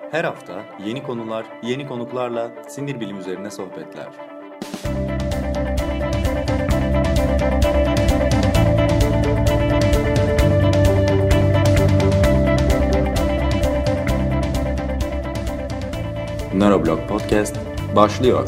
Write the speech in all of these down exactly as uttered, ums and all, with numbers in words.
Her hafta yeni konular, yeni konuklarla sinir bilim üzerine sohbetler. Neuroblog Podcast başlıyor.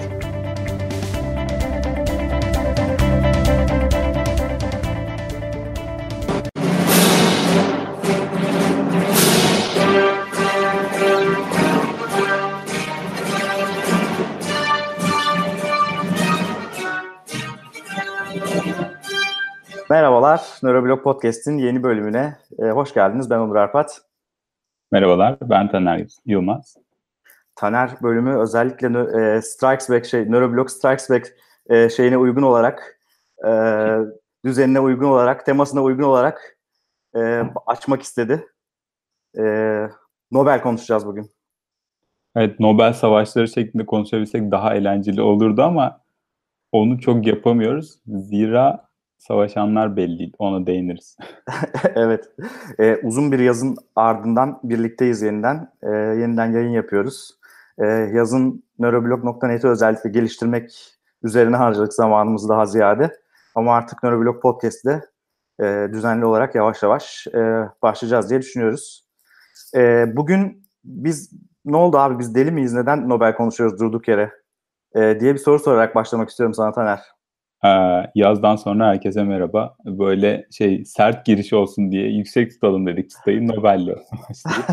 Merhabalar, Neuroblog Podcast'in yeni bölümüne e, hoş geldiniz. Ben Onur Arpat. Merhabalar, ben Taner Yılmaz. Taner bölümü özellikle e, Strikes Back, şey, Neuroblog Strikes Back e, şeyine uygun olarak, e, düzenine uygun olarak, temasına uygun olarak e, açmak istedi. E, Nobel konuşacağız bugün. Evet, Nobel Savaşları şeklinde konuşabilsek daha eğlenceli olurdu ama onu çok yapamıyoruz. Zira savaşanlar belliydi, ona değiniriz. Evet, e, uzun bir yazın ardından birlikteyiz yeniden. E, yeniden yayın yapıyoruz. E, yazın neuroblog nokta net'i özellikle geliştirmek üzerine harcadık zamanımız daha ziyade. Ama artık Neuroblog Podcast'te e, düzenli olarak yavaş yavaş e, başlayacağız diye düşünüyoruz. E, bugün biz, ne oldu abi, biz deli miyiz, neden Nobel konuşuyoruz durduk yere e, diye bir soru sorarak başlamak istiyorum sana Taner. Ee, yazdan sonra herkese merhaba. Böyle şey sert giriş olsun diye yüksek tutalım dedik çıtayı, Nobel'le başladık.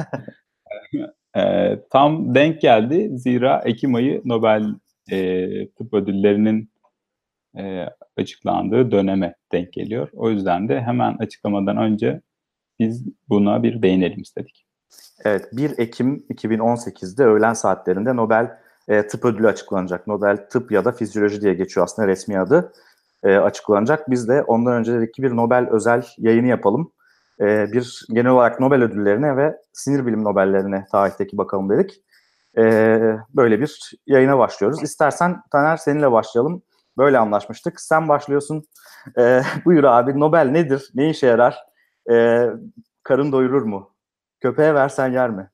ee, tam denk geldi. Zira Ekim ayı Nobel e, Tıp Ödülleri'nin e, açıklandığı döneme denk geliyor. O yüzden de hemen açıklamadan önce biz buna bir değinelim istedik. Evet, bir Ekim iki bin on sekizde öğlen saatlerinde Nobel e, Tıp Ödülü açıklanacak. Nobel Tıp ya da Fizyoloji diye geçiyor aslında resmi adı. E, açıklanacak. Biz de ondan önce dedik ki bir Nobel özel yayını yapalım. E, bir genel olarak Nobel ödüllerine ve sinir bilim Nobellerine tarihteki bakalım dedik. E, böyle bir yayına başlıyoruz. İstersen Taner seninle başlayalım. Böyle anlaşmıştık. Sen başlıyorsun. E, buyur abi, Nobel nedir? Ne işe yarar? E, karın doyurur mu? Köpeğe versen yer mi?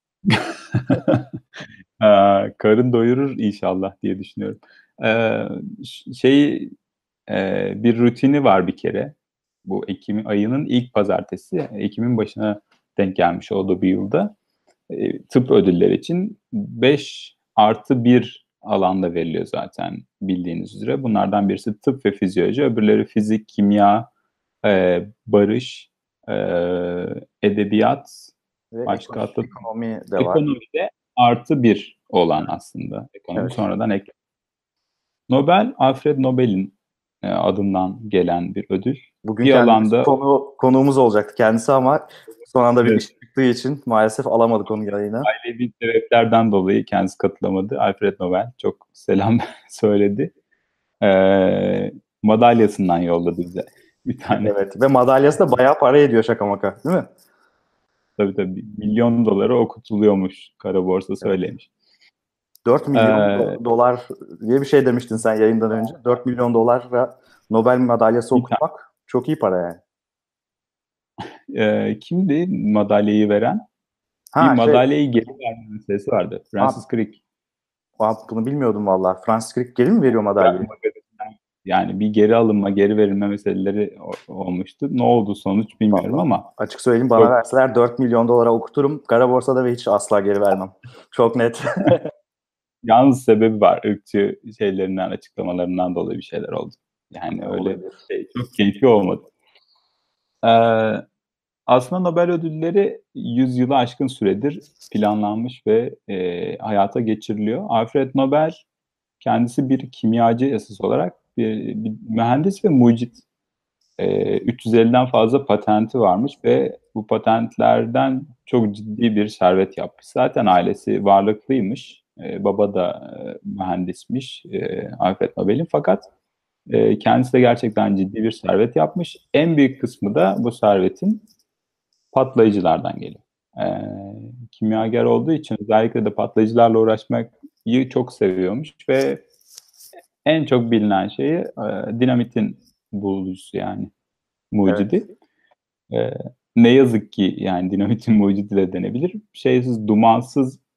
Ee, karın doyurur inşallah diye düşünüyorum. Ee, şey e, bir rutini var bir kere. Bu Ekim ayının ilk pazartesi, Ekim'in başına denk gelmiş olduğu bir yılda e, tıp ödülleri için beş artı bir alanda veriliyor zaten bildiğiniz üzere. Bunlardan birisi tıp ve fizyoloji, öbürleri fizik, kimya, e, barış, e, edebiyat, Ve başka ekonomi, hatta ekonomi de var. ekonomide artı bir olan aslında. Ekonomi Evet. sonradan eklendi. Nobel, Alfred Nobel'in e, adından gelen bir ödül. Bugün Bir kendimiz alanda konu, konuğumuz olacaktı kendisi ama son anda bir evet, iş çıktığı için maalesef alamadık onu yayına. ailevi sebeplerden dolayı kendisi katılamadı. Alfred Nobel çok selam söyledi. E, madalyasından yolladı bize bir tane. Evet, ve madalyası da bayağı para ediyor, şaka maka, değil mi? Tabii tabii milyon dolara okutuluyormuş, kara borsa Evet. söylemiş. dört milyon E, do- dolar diye bir şey demiştin sen yayından önce. dört milyon dolarla Nobel madalyası bir tane, okutmak çok iyi para yani. e, kimdi madalyayı veren? Bir Ha şey, madalyayı geri verme meselesi vardı. ha, Francis Crick. ha, bunu bilmiyordum vallahi. Francis Crick geri mi veriyor madalyayı? Yani bir geri alınma, geri verilme meseleleri olmuştu. Ne oldu sonuç bilmiyorum Vallahi ama açık söyleyeyim, bana çok, verseler dört milyon dolara okuturum. Kara borsada ve hiç asla geri vermem. Çok net. yalnız sebebi var. Irkçı şeylerinden, açıklamalarından dolayı bir şeyler oldu. Yani öyle Olabilir. şey, çok keyifli olmadı. Ee, aslında Nobel ödülleri yüz yılı aşkın süredir planlanmış ve e, hayata geçiriliyor. Alfred Nobel kendisi bir kimyacı esas olarak, bir, bir mühendis ve mucit. E, üç yüz elliden fazla patenti varmış ve bu patentlerden çok ciddi bir servet yapmış. Zaten ailesi varlıklıymış. E, baba da e, mühendismiş e, Alfred Nobel'in, fakat e, kendisi de gerçekten ciddi bir servet yapmış. En büyük kısmı da bu servetin patlayıcılardan geliyor. E, kimyager olduğu için özellikle de patlayıcılarla uğraşmayı çok seviyormuş ve en çok bilinen şeyi e, dinamitin bulucusu, yani Evet. mucidi. Ee, ne yazık ki yani dinamitin mucidi de denebilir. Şeysiz, dumansız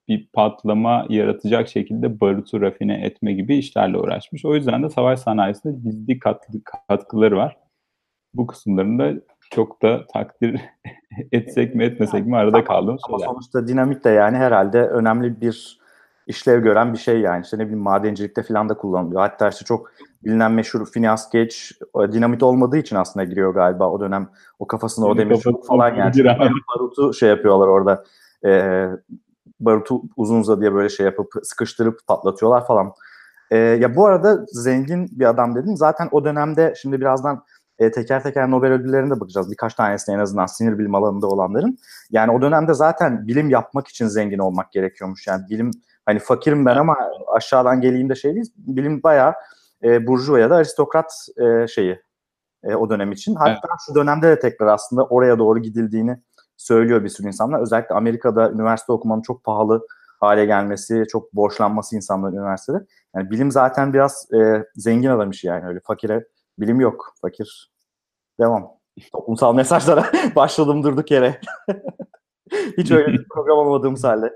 bir patlama yaratacak şekilde barutu rafine etme gibi işlerle uğraşmış. O yüzden de savaş sanayisinde ciddi katkı, katkıları var. Bu kısımlarında çok da takdir etsek mi etmesek mi arada kaldığım Ama şeyler. sonuçta dinamit de yani herhalde önemli bir işlev gören bir şey yani. İşte ne bileyim madencilikte falan da kullanılıyor. Hatta işte çok bilinen meşhur Phineas Gage dinamit olmadığı için aslında giriyor galiba o dönem. O kafasına o demir çubuk falan yani. Çünkü barutu şey yapıyorlar orada. E, barutu uzun uzadıya böyle şey yapıp sıkıştırıp patlatıyorlar falan. E, ya bu arada zengin bir adam dedim. Zaten o dönemde şimdi birazdan e, teker teker Nobel ödüllerine de bakacağız. Birkaç tanesine en azından sinir bilim alanında olanların. Yani o dönemde zaten bilim yapmak için zengin olmak gerekiyormuş. Yani bilim hani fakirim ben ama aşağıdan geleyim de şey değil. Bilim bayağı e, burjuva ya da aristokrat e, şeyi e, o dönem için. Hatta evet. Şu dönemde de tekrar aslında oraya doğru gidildiğini söylüyor bir sürü insanlar. Özellikle Amerika'da üniversite okumanın çok pahalı hale gelmesi, çok borçlanması insanların üniversitede. Yani bilim zaten biraz e, zengin adam işi yani öyle fakire bilim yok. Fakir devam. Toplumsal mesajlara başladım durduk yere. Hiç öyle bir program olmadığımız halde.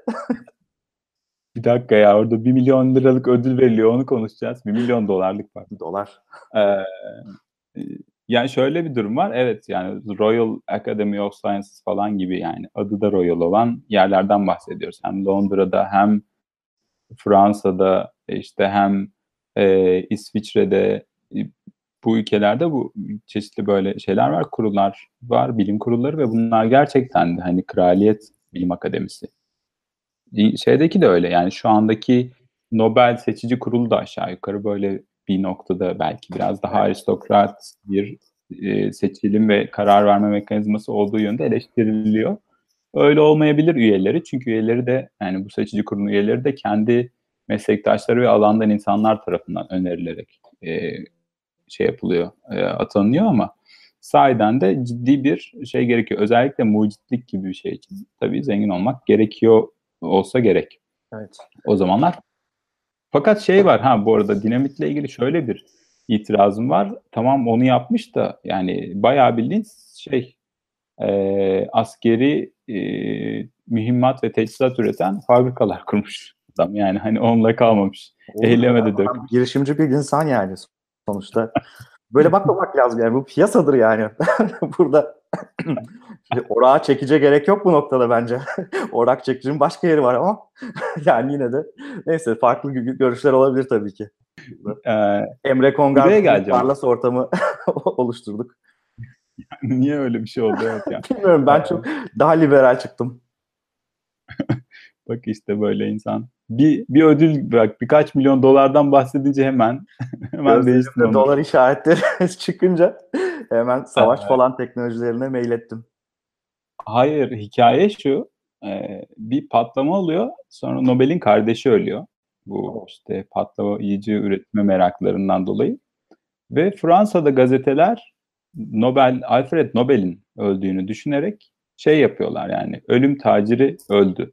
Bir dakika ya orada bir milyon liralık ödül veriliyor onu konuşacağız. Bir milyon dolarlık var. Dolar. Ee, yani şöyle bir durum var. Evet yani Royal Academy of Sciences falan gibi yani adı da Royal olan yerlerden bahsediyoruz. Hem Londra'da hem Fransa'da işte hem e, İsviçre'de bu ülkelerde bu çeşitli böyle şeyler var, kurullar var, bilim kurulları ve bunlar gerçekten de hani kraliyet bilim akademisi. Şeydeki de öyle yani şu andaki Nobel seçici kurulu da aşağı yukarı böyle bir noktada belki biraz daha aristokrat bir e, seçilim ve karar verme mekanizması olduğu yönde eleştiriliyor. Öyle olmayabilir üyeleri çünkü üyeleri de yani bu seçici kurulun üyeleri de kendi meslektaşları ve alandan insanlar tarafından önerilerek e, şey yapılıyor, e, atanıyor ama sahiden de ciddi bir şey gerekiyor. Özellikle mucitlik gibi bir şey için tabii zengin olmak gerekiyor olsa gerek. Evet. O zamanlar. Fakat şey var ha bu arada dinamitle ilgili şöyle bir itirazım var. Tamam onu yapmış da yani bayağı bildiğin şey e, askeri e, mühimmat ve teçhizat üreten fabrikalar kurmuş adam. Yani hani onunla kalmamış. Eylemede dökmüş. Girişimci bir insan yani sonuçta. Böyle bakmamak lazım yani. Bu piyasadır yani. Burada orağa çekice gerek yok bu noktada bence. Orak çekicinin başka yeri var ama yani yine de neyse farklı görüşler olabilir tabii ki. Ee, Emre Kongar Barlas ortamı oluşturduk. Yani niye öyle bir şey oldu evet yani. Bilmiyorum ben çok daha liberal çıktım. Bak işte böyle insan. Bir bir ödül bak birkaç milyon dolardan bahsedince hemen hemen değiştin onu. Dolar işaretleri çıkınca hemen savaş evet. falan teknolojilerine mail ettim. Hayır hikaye şu. E, bir patlama oluyor. Sonra Nobel'in kardeşi ölüyor. Bu işte patlayıcı üretme meraklarından dolayı. Ve Fransa'da gazeteler Nobel, Alfred Nobel'in öldüğünü düşünerek şey yapıyorlar yani ölüm taciri öldü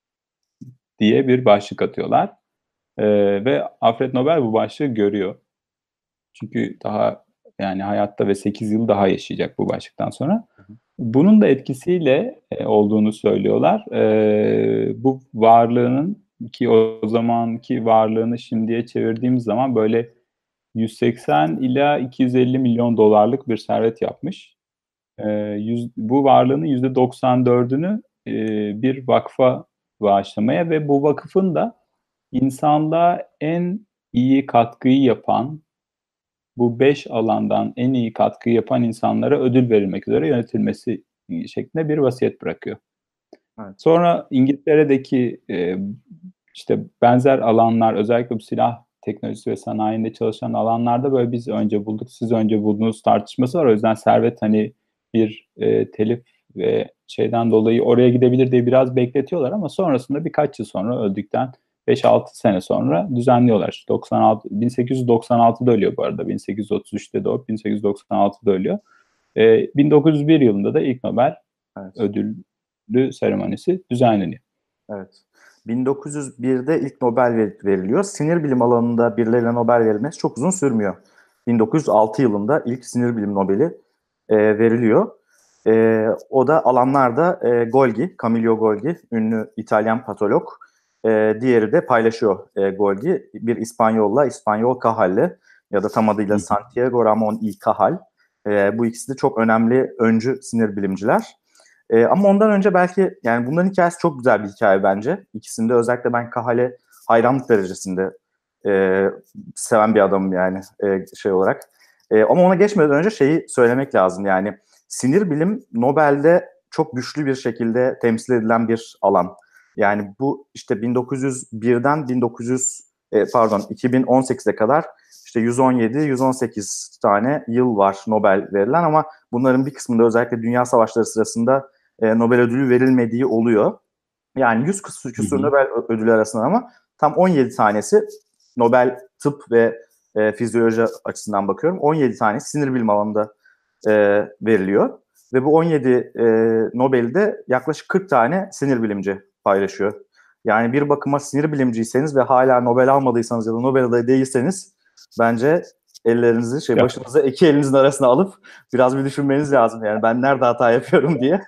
diye bir başlık atıyorlar. Ee, ve Alfred Nobel bu başlığı görüyor. Çünkü daha yani hayatta ve sekiz yıl daha yaşayacak bu başlıktan sonra. Bunun da etkisiyle e, olduğunu söylüyorlar. E, bu varlığının ki o zamanki varlığını şimdiye çevirdiğimiz zaman böyle yüz seksen ila iki yüz elli milyon dolarlık bir servet yapmış. E, yüz, bu varlığının yüzde doksan dördünü e, bir vakfa bağışlamaya ve bu vakıfın da insanlığa en iyi katkıyı yapan, bu beş alandan en iyi katkıyı yapan insanlara ödül verilmek üzere yönetilmesi şeklinde bir vasiyet bırakıyor. Evet. Sonra İngiltere'deki e, işte benzer alanlar, özellikle bu silah teknolojisi ve sanayinde çalışan alanlarda böyle biz önce bulduk, siz önce buldunuz tartışması var. O yüzden servet hani bir e, telif ve şeyden dolayı oraya gidebilir diye biraz bekletiyorlar ama sonrasında birkaç yıl sonra öldükten beş altı sene sonra düzenliyorlar. doksan altı, bin sekiz yüz doksan altıda ölüyor bu arada. bin sekiz yüz otuz üçte doğup bin sekiz yüz doksan altıda ölüyor. E, bin dokuz yüz bir yılında da ilk Nobel evet. ödüllü seremonisi düzenleniyor. Evet. bin dokuz yüz birde ilk Nobel veriliyor. Sinir bilim alanında birilerine Nobel verilmesi çok uzun sürmüyor. bin dokuz yüz altı yılında ilk sinir bilim Nobel'i e, veriliyor. E, o da alanlarda e, Golgi, Camillo Golgi, ünlü İtalyan patolog. E, diğeri de paylaşıyor e, Golgi. Bir İspanyolla, İspanyol Cajal'le ya da tam adıyla Santiago Ramon y Cajal. E, bu ikisi de çok önemli öncü sinir bilimciler. E, ama ondan önce belki yani bunların hikayesi çok güzel bir hikaye bence. İkisinde özellikle ben Cajal'e hayranlık derecesinde e, seven bir adamım yani e, şey olarak. E, ama ona geçmeden önce şeyi söylemek lazım yani sinir bilim Nobel'de çok güçlü bir şekilde temsil edilen bir alan. Yani bu işte bin dokuz yüz birden bin dokuz yüz e, pardon iki bin on sekize kadar işte yüz on yedi yüz on sekiz tane yıl var Nobel verilen ama bunların bir kısmında özellikle dünya savaşları sırasında e, Nobel ödülü verilmediği oluyor. Yani yüz küsur, küsur Nobel ödülü arasında ama tam on yedi tanesi Nobel tıp ve e, fizyoloji açısından bakıyorum. on yedi tanesi sinir bilim alanında e, veriliyor. Ve bu on yedi e, Nobel'i de yaklaşık kırk tane sinir bilimci paylaşıyor. Yani bir bakıma sinir bilimciyseniz ve hala Nobel almadıysanız ya da Nobel adayı değilseniz bence ellerinizi şey başınıza iki elinizin arasına alıp biraz bir düşünmeniz lazım. Yani ben nerede hata yapıyorum diye.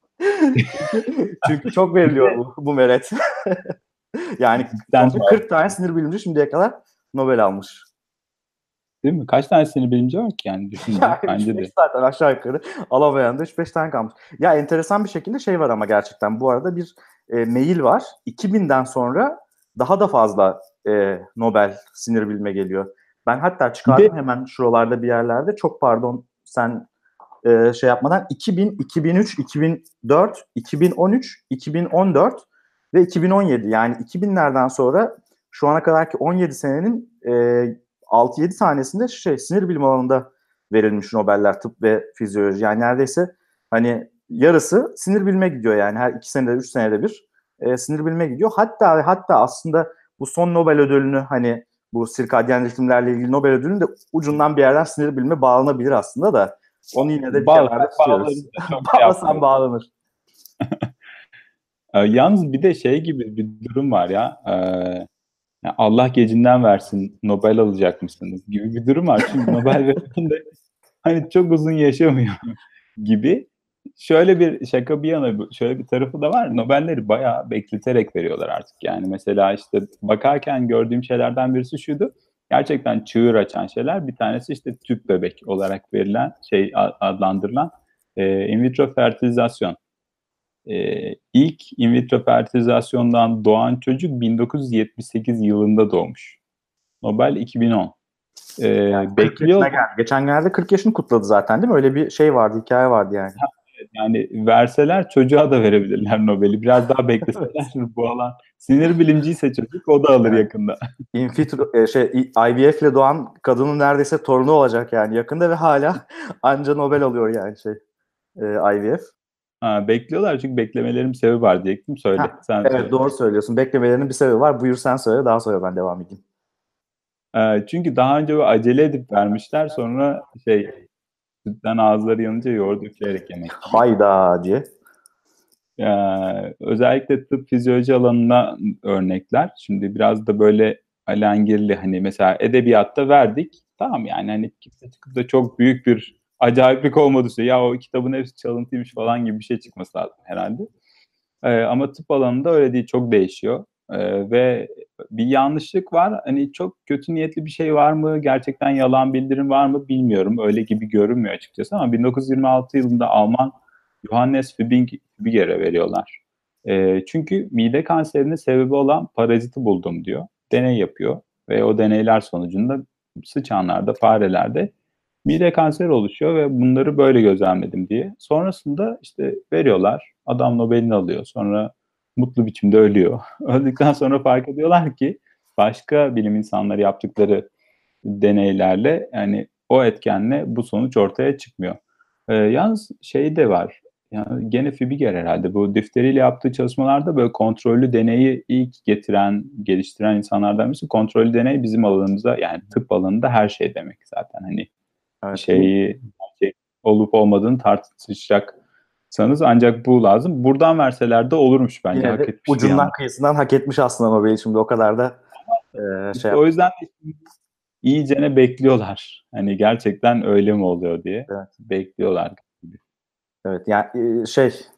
çünkü, çünkü çok veriliyor bu, bu meret. yani kırk tane sinir bilimci şimdiye kadar Nobel almış. Değil mi? Kaç tane sinir bilimci var ki yani düşününce yani bence de. Zaten aşağı yukarı alamayan da üç beş tane kalmış. Ya enteresan bir şekilde şey var ama gerçekten bu arada bir e, mail var. iki binden sonra daha da fazla e, Nobel sinir bilime geliyor. Ben hatta çıkardım de, hemen şuralarda bir yerlerde. Çok pardon sen e, şey yapmadan iki bin, iki bin üç, iki bin dört, iki bin on üç, iki bin on dört ve iki bin on yedi yani iki binlerden sonra şu ana kadarki on yedi senenin e, altı yedi tanesinde şey sinir bilim alanında verilmiş Nobeller tıp ve fizyoloji. Yani neredeyse hani yarısı sinir bilime gidiyor yani her iki senede üç senede bir e, sinir bilime gidiyor. Hatta ve hatta aslında bu son Nobel ödülünü hani bu sirkadyen ritimlerle ilgili Nobel ödülünün de ucundan bir yerden sinir bilime bağlanabilir aslında da onu yine de bir Bağlı, kenarda tutuyoruz. Bağlasan bağlanır. Yalnız bir de şey gibi bir durum var ya. E, Allah gecinden versin Nobel alacak mısınız gibi bir durum var. Çünkü Nobel verirken hani çok uzun yaşamıyor gibi. Şöyle bir şaka bir yana şöyle bir tarafı da var. Nobel'leri bayağı bekleterek veriyorlar artık. Yani mesela işte bakarken gördüğüm şeylerden birisi şuydu. Gerçekten çığır açan şeyler. Bir tanesi işte tüp bebek olarak verilen şey adlandırılan e, in vitro fertilizasyon. E, ilk in vitro fertilizasyondan doğan çocuk bin dokuz yüz yetmiş sekiz yılında doğmuş. Nobel iki bin on. E, yani bekliyor. Geldi. Geçen geldi kırk yaşını kutladı zaten değil mi? Öyle bir şey vardı, hikaye vardı yani. Yani verseler çocuğa da verebilirler Nobel'i. Biraz daha bekleseler bu alan. Sinir bilimciyse çocuk o da alır yani. Yakında. In vitro, şey, I V F ile doğan kadının neredeyse torunu olacak yani yakında ve hala anca Nobel alıyor yani şey I V F. Ha, bekliyorlar çünkü beklemelerin bir sebebi var diyecektim. Söyle. Ha, sen evet söyle. Doğru söylüyorsun. Beklemelerinin bir sebebi var. Buyur sen söyle daha sonra ben devam edeyim. E, çünkü daha önce acele edip vermişler sonra şey sütten ağızları yanınca yoğurt üfleyerek yemek. Hayda diye. Ee, özellikle tıp fizyoloji alanına örnekler. Şimdi biraz da böyle alengirli hani mesela edebiyatta verdik. Tamam yani hani kimse çıkıp da çok büyük bir acayiplik olmadı. Ya o kitabın hepsi çalıntıymış falan gibi bir şey çıkması lazım herhalde. Ee, ama tıp alanında öyle değil. Çok değişiyor. Ee, ve bir yanlışlık var. Hani çok kötü niyetli bir şey var mı? Gerçekten yalan bildirim var mı? Bilmiyorum. Öyle gibi görünmüyor açıkçası ama bin dokuz yüz yirmi altı yılında Alman Johannes Fibiger'e veriyorlar. E, çünkü mide kanserinin sebebi olan paraziti buldum diyor. Deney yapıyor ve o deneyler sonucunda sıçanlarda, farelerde mide kanseri oluşuyor ve bunları böyle gözlemledim diye. Sonrasında işte veriyorlar. Adam Nobel'ini alıyor. Sonra mutlu biçimde ölüyor. Öldükten sonra fark ediyorlar ki başka bilim insanları yaptıkları deneylerle yani o etkenle bu sonuç ortaya çıkmıyor. Ee, yalnız şey de var. Yani gene Fibiger herhalde bu difteriyle yaptığı çalışmalarda böyle kontrollü deneyi ilk getiren, geliştiren insanlardan birisi. Kontrollü deney bizim alanımıza yani tıp alanında her şey demek zaten. Hani evet, şeyi şey olup olmadığını tartışacaksanız ancak bu lazım. Buradan verseler de olurmuş bence. Yine hak de etmiş ucundan yani. kıyısından hak etmiş aslında Nobel'i şimdi o kadar da e, işte şey o yüzden iyicene bekliyorlar. Hani gerçekten öyle mi oluyor diye. Evet. Bekliyorlar. Evet yani şey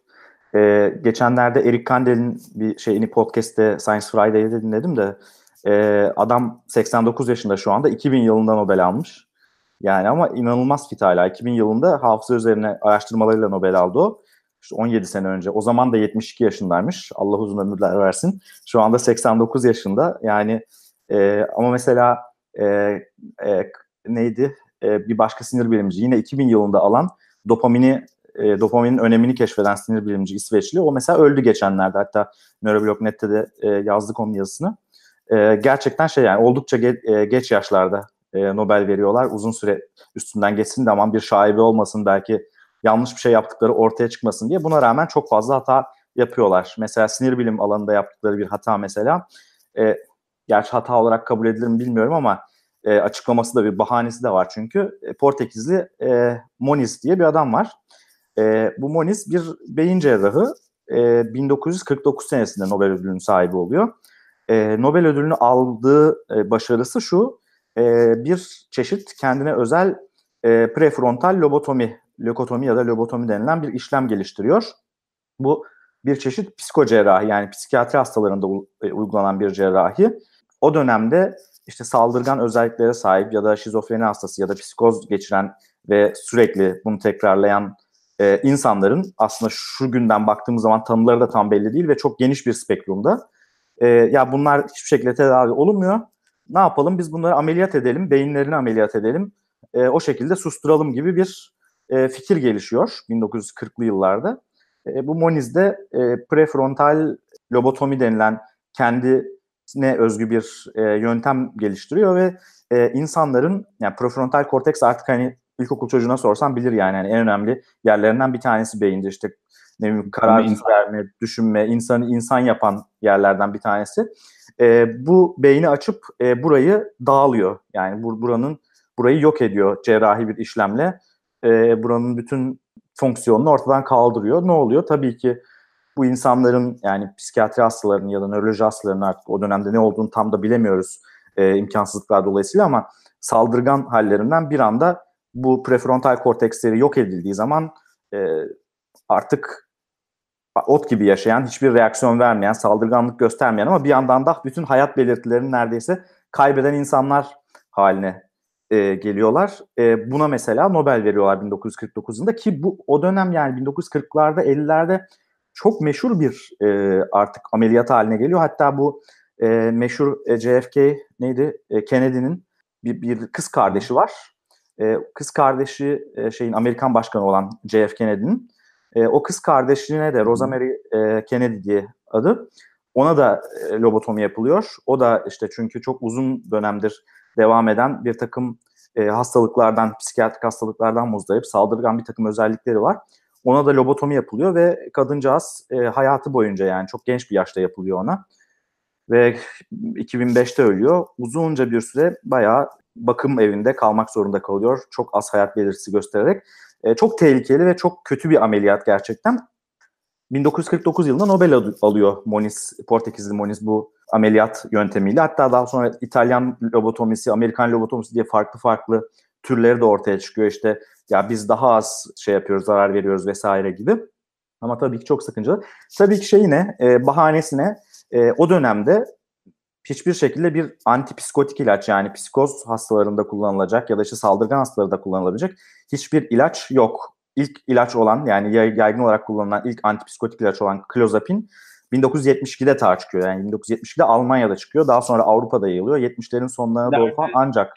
E, geçenlerde Eric Kandel'in bir şeyini podcast'te Science Friday'de dinledim de e, adam seksen dokuz yaşında şu anda, iki bin yılında Nobel almış. Yani ama inanılmaz fit hala. iki bin yılında hafıza üzerine araştırmalarıyla Nobel aldı o. İşte on yedi sene önce. O zaman da yetmiş iki yaşındaymış. Allah uzun ömürler versin. Şu anda seksen dokuz yaşında. Yani e, ama mesela e, e, neydi? E, bir başka sinir bilimci yine iki bin yılında alan dopamini e, dopaminin önemini keşfeden sinir bilimci İsveçli. O mesela öldü geçenlerde. Hatta Neuroblog nokta net'te de e, yazdık onun yazısını. E, gerçekten şey yani oldukça ge- e, geç yaşlarda e, Nobel veriyorlar. Uzun süre üstünden geçsin de aman bir şaibe olmasın, belki yanlış bir şey yaptıkları ortaya çıkmasın diye. Buna rağmen çok fazla hata yapıyorlar. Mesela sinir bilim alanında yaptıkları bir hata mesela. E, gerçi hata olarak kabul edilir mi bilmiyorum ama e, açıklaması da bir bahanesi de var çünkü. E, Portekizli e, Moniz diye bir adam var. E, bu Moniz bir beyin cerrahı. E, bin dokuz yüz kırk dokuz senesinde Nobel ödülünün sahibi oluyor. E, Nobel ödülünü aldığı e, başarısı şu: e, bir çeşit kendine özel e, prefrontal lobotomi, lökotomi ya da lobotomi denilen bir işlem geliştiriyor. Bu bir çeşit psikocerrahi, yani psikiyatri hastalarında u- e, uygulanan bir cerrahi. O dönemde işte saldırgan özelliklere sahip ya da şizofreni hastası ya da psikoz geçiren ve sürekli bunu tekrarlayan e, insanların, aslında şu günden baktığımız zaman tanıları da tam belli değil ve çok geniş bir spektrumda. E, ya bunlar hiçbir şekilde tedavi olunmuyor. Ne yapalım? Biz bunları ameliyat edelim, beyinlerini ameliyat edelim, e, o şekilde susturalım gibi bir e, fikir gelişiyor bin dokuz yüz kırklı yıllarda. E, bu Moniz'de e, prefrontal lobotomi denilen kendine özgü bir e, yöntem geliştiriyor ve e, insanların, yani prefrontal korteks artık hani ilkokul çocuğuna sorsan bilir yani, yani en önemli yerlerinden bir tanesi beyinde, işte ne bileyim, karar verme, düşünme, insanı insan yapan yerlerden bir tanesi. E, bu beyni açıp e, burayı dağılıyor. Yani bur- buranın burayı yok ediyor cerrahi bir işlemle. E, buranın bütün fonksiyonunu ortadan kaldırıyor. Ne oluyor? Tabii ki bu insanların, yani psikiyatri hastalarının ya da nöroloji hastalarının, artık o dönemde ne olduğunu tam da bilemiyoruz e, imkansızlıklar dolayısıyla, ama saldırgan hallerinden bir anda bu prefrontal korteksleri yok edildiği zaman e, artık ot gibi yaşayan, hiçbir reaksiyon vermeyen, saldırganlık göstermeyen ama bir yandan da bütün hayat belirtilerini neredeyse kaybeden insanlar haline e, geliyorlar. E, buna mesela Nobel veriyorlar bin dokuz yüz kırk dokuz yılında, ki bu o dönem yani bin dokuz yüz kırklarda ellilerde çok meşhur bir e, artık ameliyat haline geliyor. Hatta bu e, meşhur e, J F K neydi? E, Kennedy'nin bir, bir kız kardeşi var. E, kız kardeşi e, şeyin Amerikan başkanı olan J F Kennedy'nin. E, o kız kardeşine de Rosemary e, Kennedy diye adı. Ona da e, lobotomi yapılıyor. O da işte çünkü çok uzun dönemdir devam eden bir takım e, hastalıklardan, psikiyatrik hastalıklardan muzdarip, saldırgan bir takım özellikleri var. Ona da lobotomi yapılıyor ve kadıncağız e, hayatı boyunca, yani çok genç bir yaşta yapılıyor ona. Ve iki bin beşte ölüyor. Uzunca bir süre bayağı bakım evinde kalmak zorunda kalıyor. Çok az hayat belirtisi göstererek. E, çok tehlikeli ve çok kötü bir ameliyat gerçekten. bin dokuz yüz kırk dokuz yılında Nobel alıyor Moniz, Portekizli Moniz bu ameliyat yöntemiyle. Hatta daha sonra İtalyan lobotomisi, Amerikan lobotomisi diye farklı farklı türleri de ortaya çıkıyor. İşte ya biz daha az şey yapıyoruz, zarar veriyoruz vesaire gibi. Ama tabii ki çok sakıncalı. Tabii ki şey ne, e, bahanesine e, o dönemde hiçbir şekilde bir antipsikotik ilaç, yani psikoz hastalarında kullanılacak ya da işte saldırgan hastalarda kullanılabilecek hiçbir ilaç yok. İlk ilaç olan, yani yaygın olarak kullanılan ilk antipsikotik ilaç olan klozapin bin dokuz yüz yetmiş ikide tar çıkıyor. Yani bin dokuz yüz yetmiş ikide Almanya'da çıkıyor. Daha sonra Avrupa'da yayılıyor. yetmişlerin sonlarına doğru falan ancak.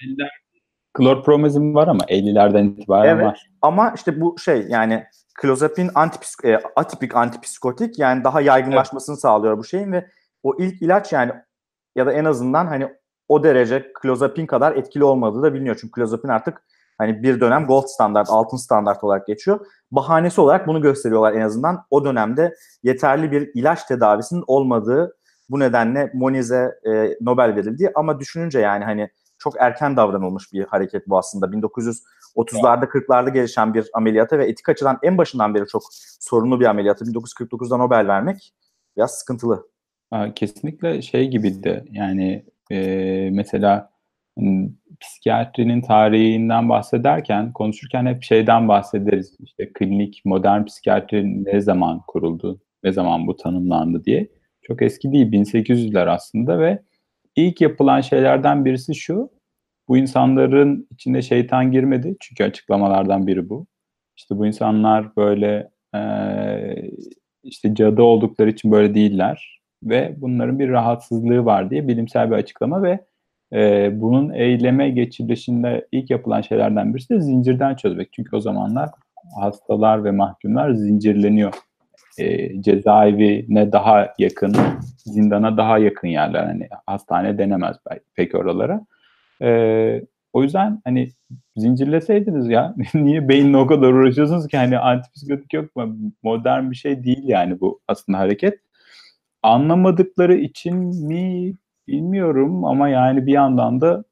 Klorpromazin var ama ellilerden itibaren Evet, var. ama işte bu şey, yani klozapin antipsik, e, atipik antipsikotik, yani daha yaygınlaşmasını evet. sağlıyor bu şeyin ve o ilk ilaç, yani ya da en azından hani o derece klozapin kadar etkili olmadığı da biliniyor. Çünkü klozapin artık hani bir dönem gold standart, altın standart olarak geçiyor. Bahanesi olarak bunu gösteriyorlar en azından. O dönemde yeterli bir ilaç tedavisinin olmadığı, bu nedenle Moniz'e e, Nobel verildi. Ama düşününce yani hani çok erken davranılmış bir hareket bu aslında. bin dokuz yüz otuzlarda kırklarda gelişen bir ameliyata ve etik açıdan en başından beri çok sorunlu bir ameliyata bin dokuz yüz kırk dokuzda Nobel vermek biraz sıkıntılı. Kesinlikle şey gibiydi yani e, mesela hani, psikiyatrinin tarihinden bahsederken, konuşurken hep şeyden bahsederiz. İşte klinik modern psikiyatri ne zaman kuruldu, ne zaman bu tanımlandı diye. Çok eski değil, bin sekiz yüzler aslında ve ilk yapılan şeylerden birisi şu: bu insanların içine şeytan girmedi. Çünkü açıklamalardan biri bu. İşte bu insanlar böyle eee, işte cadı oldukları için böyle değiller ve bunların bir rahatsızlığı var diye bilimsel bir açıklama ve eee, bunun eyleme geçirilişinde ilk yapılan şeylerden birisi de zincirden çözmek. Çünkü o zamanlar hastalar ve mahkumlar zincirleniyor. Eee, cezaevine daha yakın, zindana daha yakın yerler. Hani hastane denemez belki pek oralara. Eee, o yüzden hani zincirleseydiniz ya niye beyinle o kadar uğraşıyorsunuz ki? Hani antipsikotik yok mu? Modern bir şey değil yani bu aslında hareket. Anlamadıkları için mi bilmiyorum ama yani bir yandan da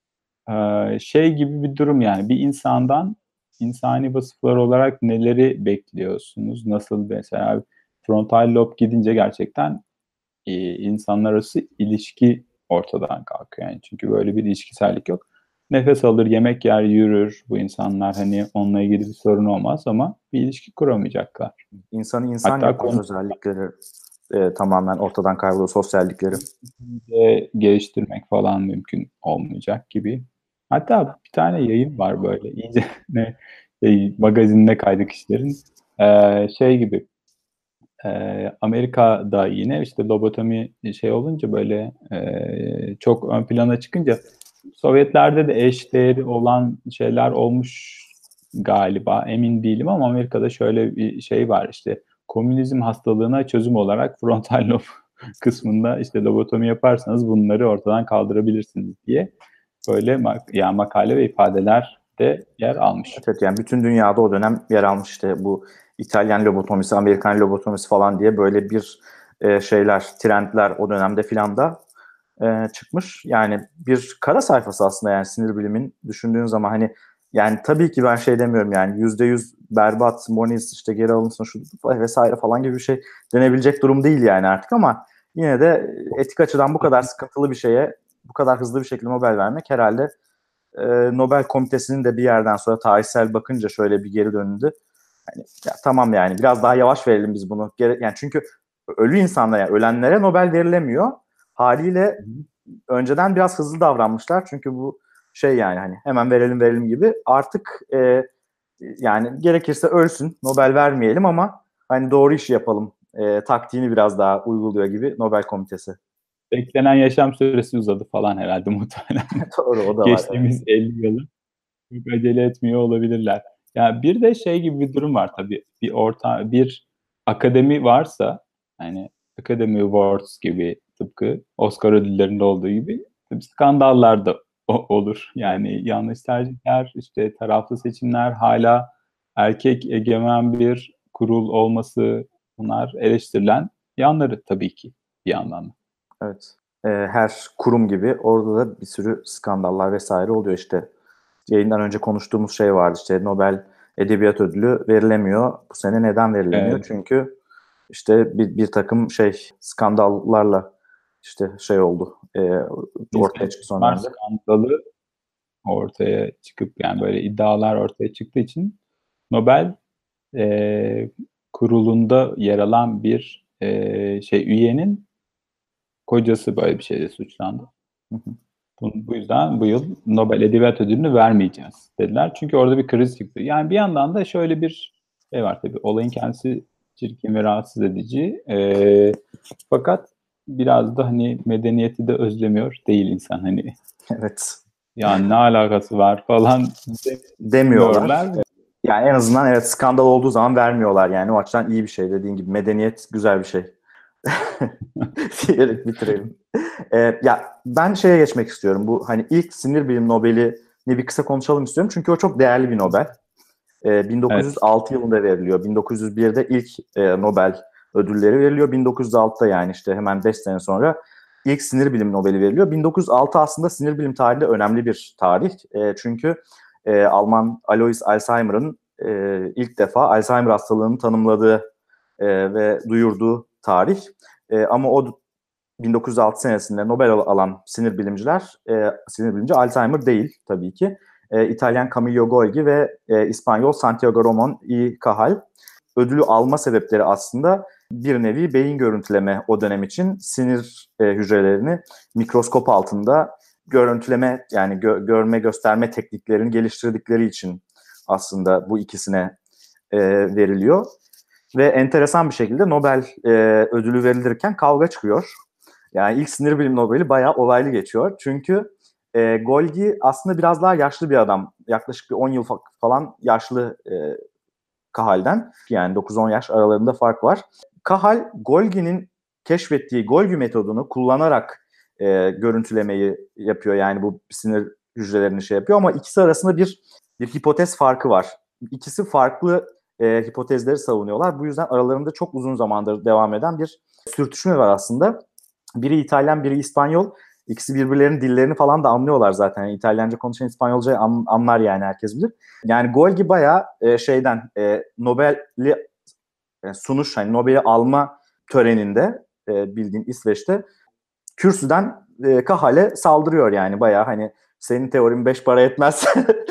eee, şey gibi bir durum yani bir insandan insani vasıflar olarak neleri bekliyorsunuz? Nasıl mesela frontal lob gidince gerçekten eee, insanlar arası ilişki ortadan kalkıyor yani. Çünkü böyle bir ilişkisellik yok. Nefes alır, yemek yer, yürür bu insanlar. Hani onunla ilgili bir sorun olmaz ama bir ilişki kuramayacaklar. İnsanı insan Hatta yapan kon- özellikleri e, tamamen ortadan kayboluyor, sosyallikleri. de geliştirmek falan mümkün olmayacak gibi. Hatta bir tane yayın var böyle iyice ne şey, magazinine kaydık işlerin. Ee, şey gibi e, Amerika'da yine işte lobotomi şey olunca böyle e, çok ön plana çıkınca Sovyetlerde de eş değeri olan şeyler olmuş galiba emin değilim ama Amerika'da şöyle bir şey var işte komünizm hastalığına çözüm olarak frontal lob kısmında işte lobotomi yaparsanız bunları ortadan kaldırabilirsiniz diye böyle mak- yani makale ve ifadeler de yer almış. Evet, evet, yani bütün dünyada o dönem yer almış işte bu İtalyan lobotomisi, Amerikan lobotomisi falan diye böyle bir e, şeyler, trendler o dönemde filan da e, çıkmış. Yani bir kara sayfası aslında yani sinir bilimin düşündüğün zaman hani yani tabii ki ben şey demiyorum yani yüzde yüz berbat, moniz işte geri alınsın şu vesaire falan gibi bir şey denebilecek durum değil yani artık ama yine de etik açıdan bu kadar sıkıntılı bir şeye bu kadar hızlı bir şekilde Nobel vermek herhalde e, Nobel Komitesi'nin de bir yerden sonra tarihsel bakınca şöyle bir geri döndü. Yani, ya, tamam yani biraz daha yavaş verelim biz bunu. Gere- yani çünkü ölü insanlara, yani ölenlere Nobel verilemiyor. Haliyle önceden biraz hızlı davranmışlar. Çünkü bu şey yani hani hemen verelim verelim gibi. Artık e, yani gerekirse ölsün Nobel vermeyelim ama hani doğru işi yapalım e, taktiğini biraz daha uyguluyor gibi Nobel Komitesi. Beklenen yaşam süresi uzadı falan herhalde muhtemelen. Doğru o da var. Evet. Geçtiğimiz elli yılı çok acele etmiyor olabilirler. Yani bir de şey gibi bir durum var tabii. Bir orta bir akademi varsa hani Academy Awards gibi tıpkı Oscar ödüllerinde olduğu gibi tabii skandallar da o- olur. Yani yanlış tercihler, işte taraflı seçimler, hala erkek egemen bir kurul olması bunlar eleştirilen yanları tabii ki bir yandan da. Evet. Ee, her kurum gibi orada da bir sürü skandallar vesaire oluyor işte. Yayından önce konuştuğumuz şey vardı işte Nobel Edebiyat Ödülü verilemiyor. Bu sene neden verilemiyor? Evet. Çünkü işte bir, bir takım şey skandallarla işte şey oldu. E, ortaya Cinsel çıktı son istismar dönemde. skandalı ortaya çıkıp yani böyle iddialar ortaya çıktığı için Nobel e, kurulunda yer alan bir e, şey üyenin kocası böyle bir şeyle suçlandı. Hı hı. Bu, bu yüzden bu yıl Nobel Edebiyat Ödülünü vermeyeceğiz dediler. Çünkü orada bir kriz çıktı. Yani bir yandan da şöyle bir şey var tabii. Olayın kendisi çirkin ve rahatsız edici. E, fakat biraz da hani medeniyeti de özlemiyor değil insan hani. Evet. Yani ne alakası var falan Demiyorlar. demiyorlar. Yani en azından evet skandal olduğu zaman vermiyorlar yani. O açıdan iyi bir şey dediğin gibi. Medeniyet güzel bir şey. Diyerek bitirelim. Ee, ya ben şeye geçmek istiyorum. Bu hani ilk sinir bilim Nobel'i bir kısa konuşalım istiyorum. Çünkü o çok değerli bir Nobel. Ee, Evet. bin dokuz yüz altı yılında veriliyor. bin dokuz yüz birde ilk e, Nobel ödülleri veriliyor. bin dokuz yüz altıda yani işte hemen beş sene sonra ilk sinir bilim Nobel'i veriliyor. bin dokuz yüz altı aslında sinir bilim tarihinde önemli bir tarih. E, çünkü e, Alman Alois Alzheimer'ın e, ilk defa Alzheimer hastalığını tanımladığı e, ve duyurduğu tarih. E, ama o bin dokuz yüz altı senesinde Nobel alan sinir bilimciler, e, sinir bilimci Alzheimer değil tabii ki. E, İtalyan Camillo Golgi ve e, İspanyol Santiago Ramon y Cajal. Ödülü alma sebepleri aslında bir nevi beyin görüntüleme o dönem için sinir e, hücrelerini mikroskop altında görüntüleme yani gö- görme gösterme tekniklerini geliştirdikleri için aslında bu ikisine e, veriliyor. Ve enteresan bir şekilde Nobel e, ödülü verilirken kavga çıkıyor. Yani ilk sinir bilim Nobel'i bayağı olaylı geçiyor. Çünkü e, Golgi aslında biraz daha yaşlı bir adam. Yaklaşık bir on yıl falan yaşlı e, Cajal'den. Yani dokuz on yaş aralarında fark var. Cajal, Golgi'nin keşfettiği Golgi metodunu kullanarak e, görüntülemeyi yapıyor. Yani bu sinir hücrelerini şey yapıyor ama ikisi arasında bir bir hipotez farkı var. İkisi farklı e, hipotezleri savunuyorlar. Bu yüzden aralarında çok uzun zamandır devam eden bir sürtüşme var aslında. Biri İtalyan, biri İspanyol. İkisi birbirlerinin dillerini falan da anlıyorlar zaten. Yani İtalyanca konuşan İspanyolca anlar yani, herkes bilir. Yani Golgi bayağı e, şeyden e, Nobel'i e, sunuş, hani Nobel'i alma töreninde e, bildiğin İsveç'te kürsüden e, Cajal'e saldırıyor yani bayağı, hani senin teorin beş para etmez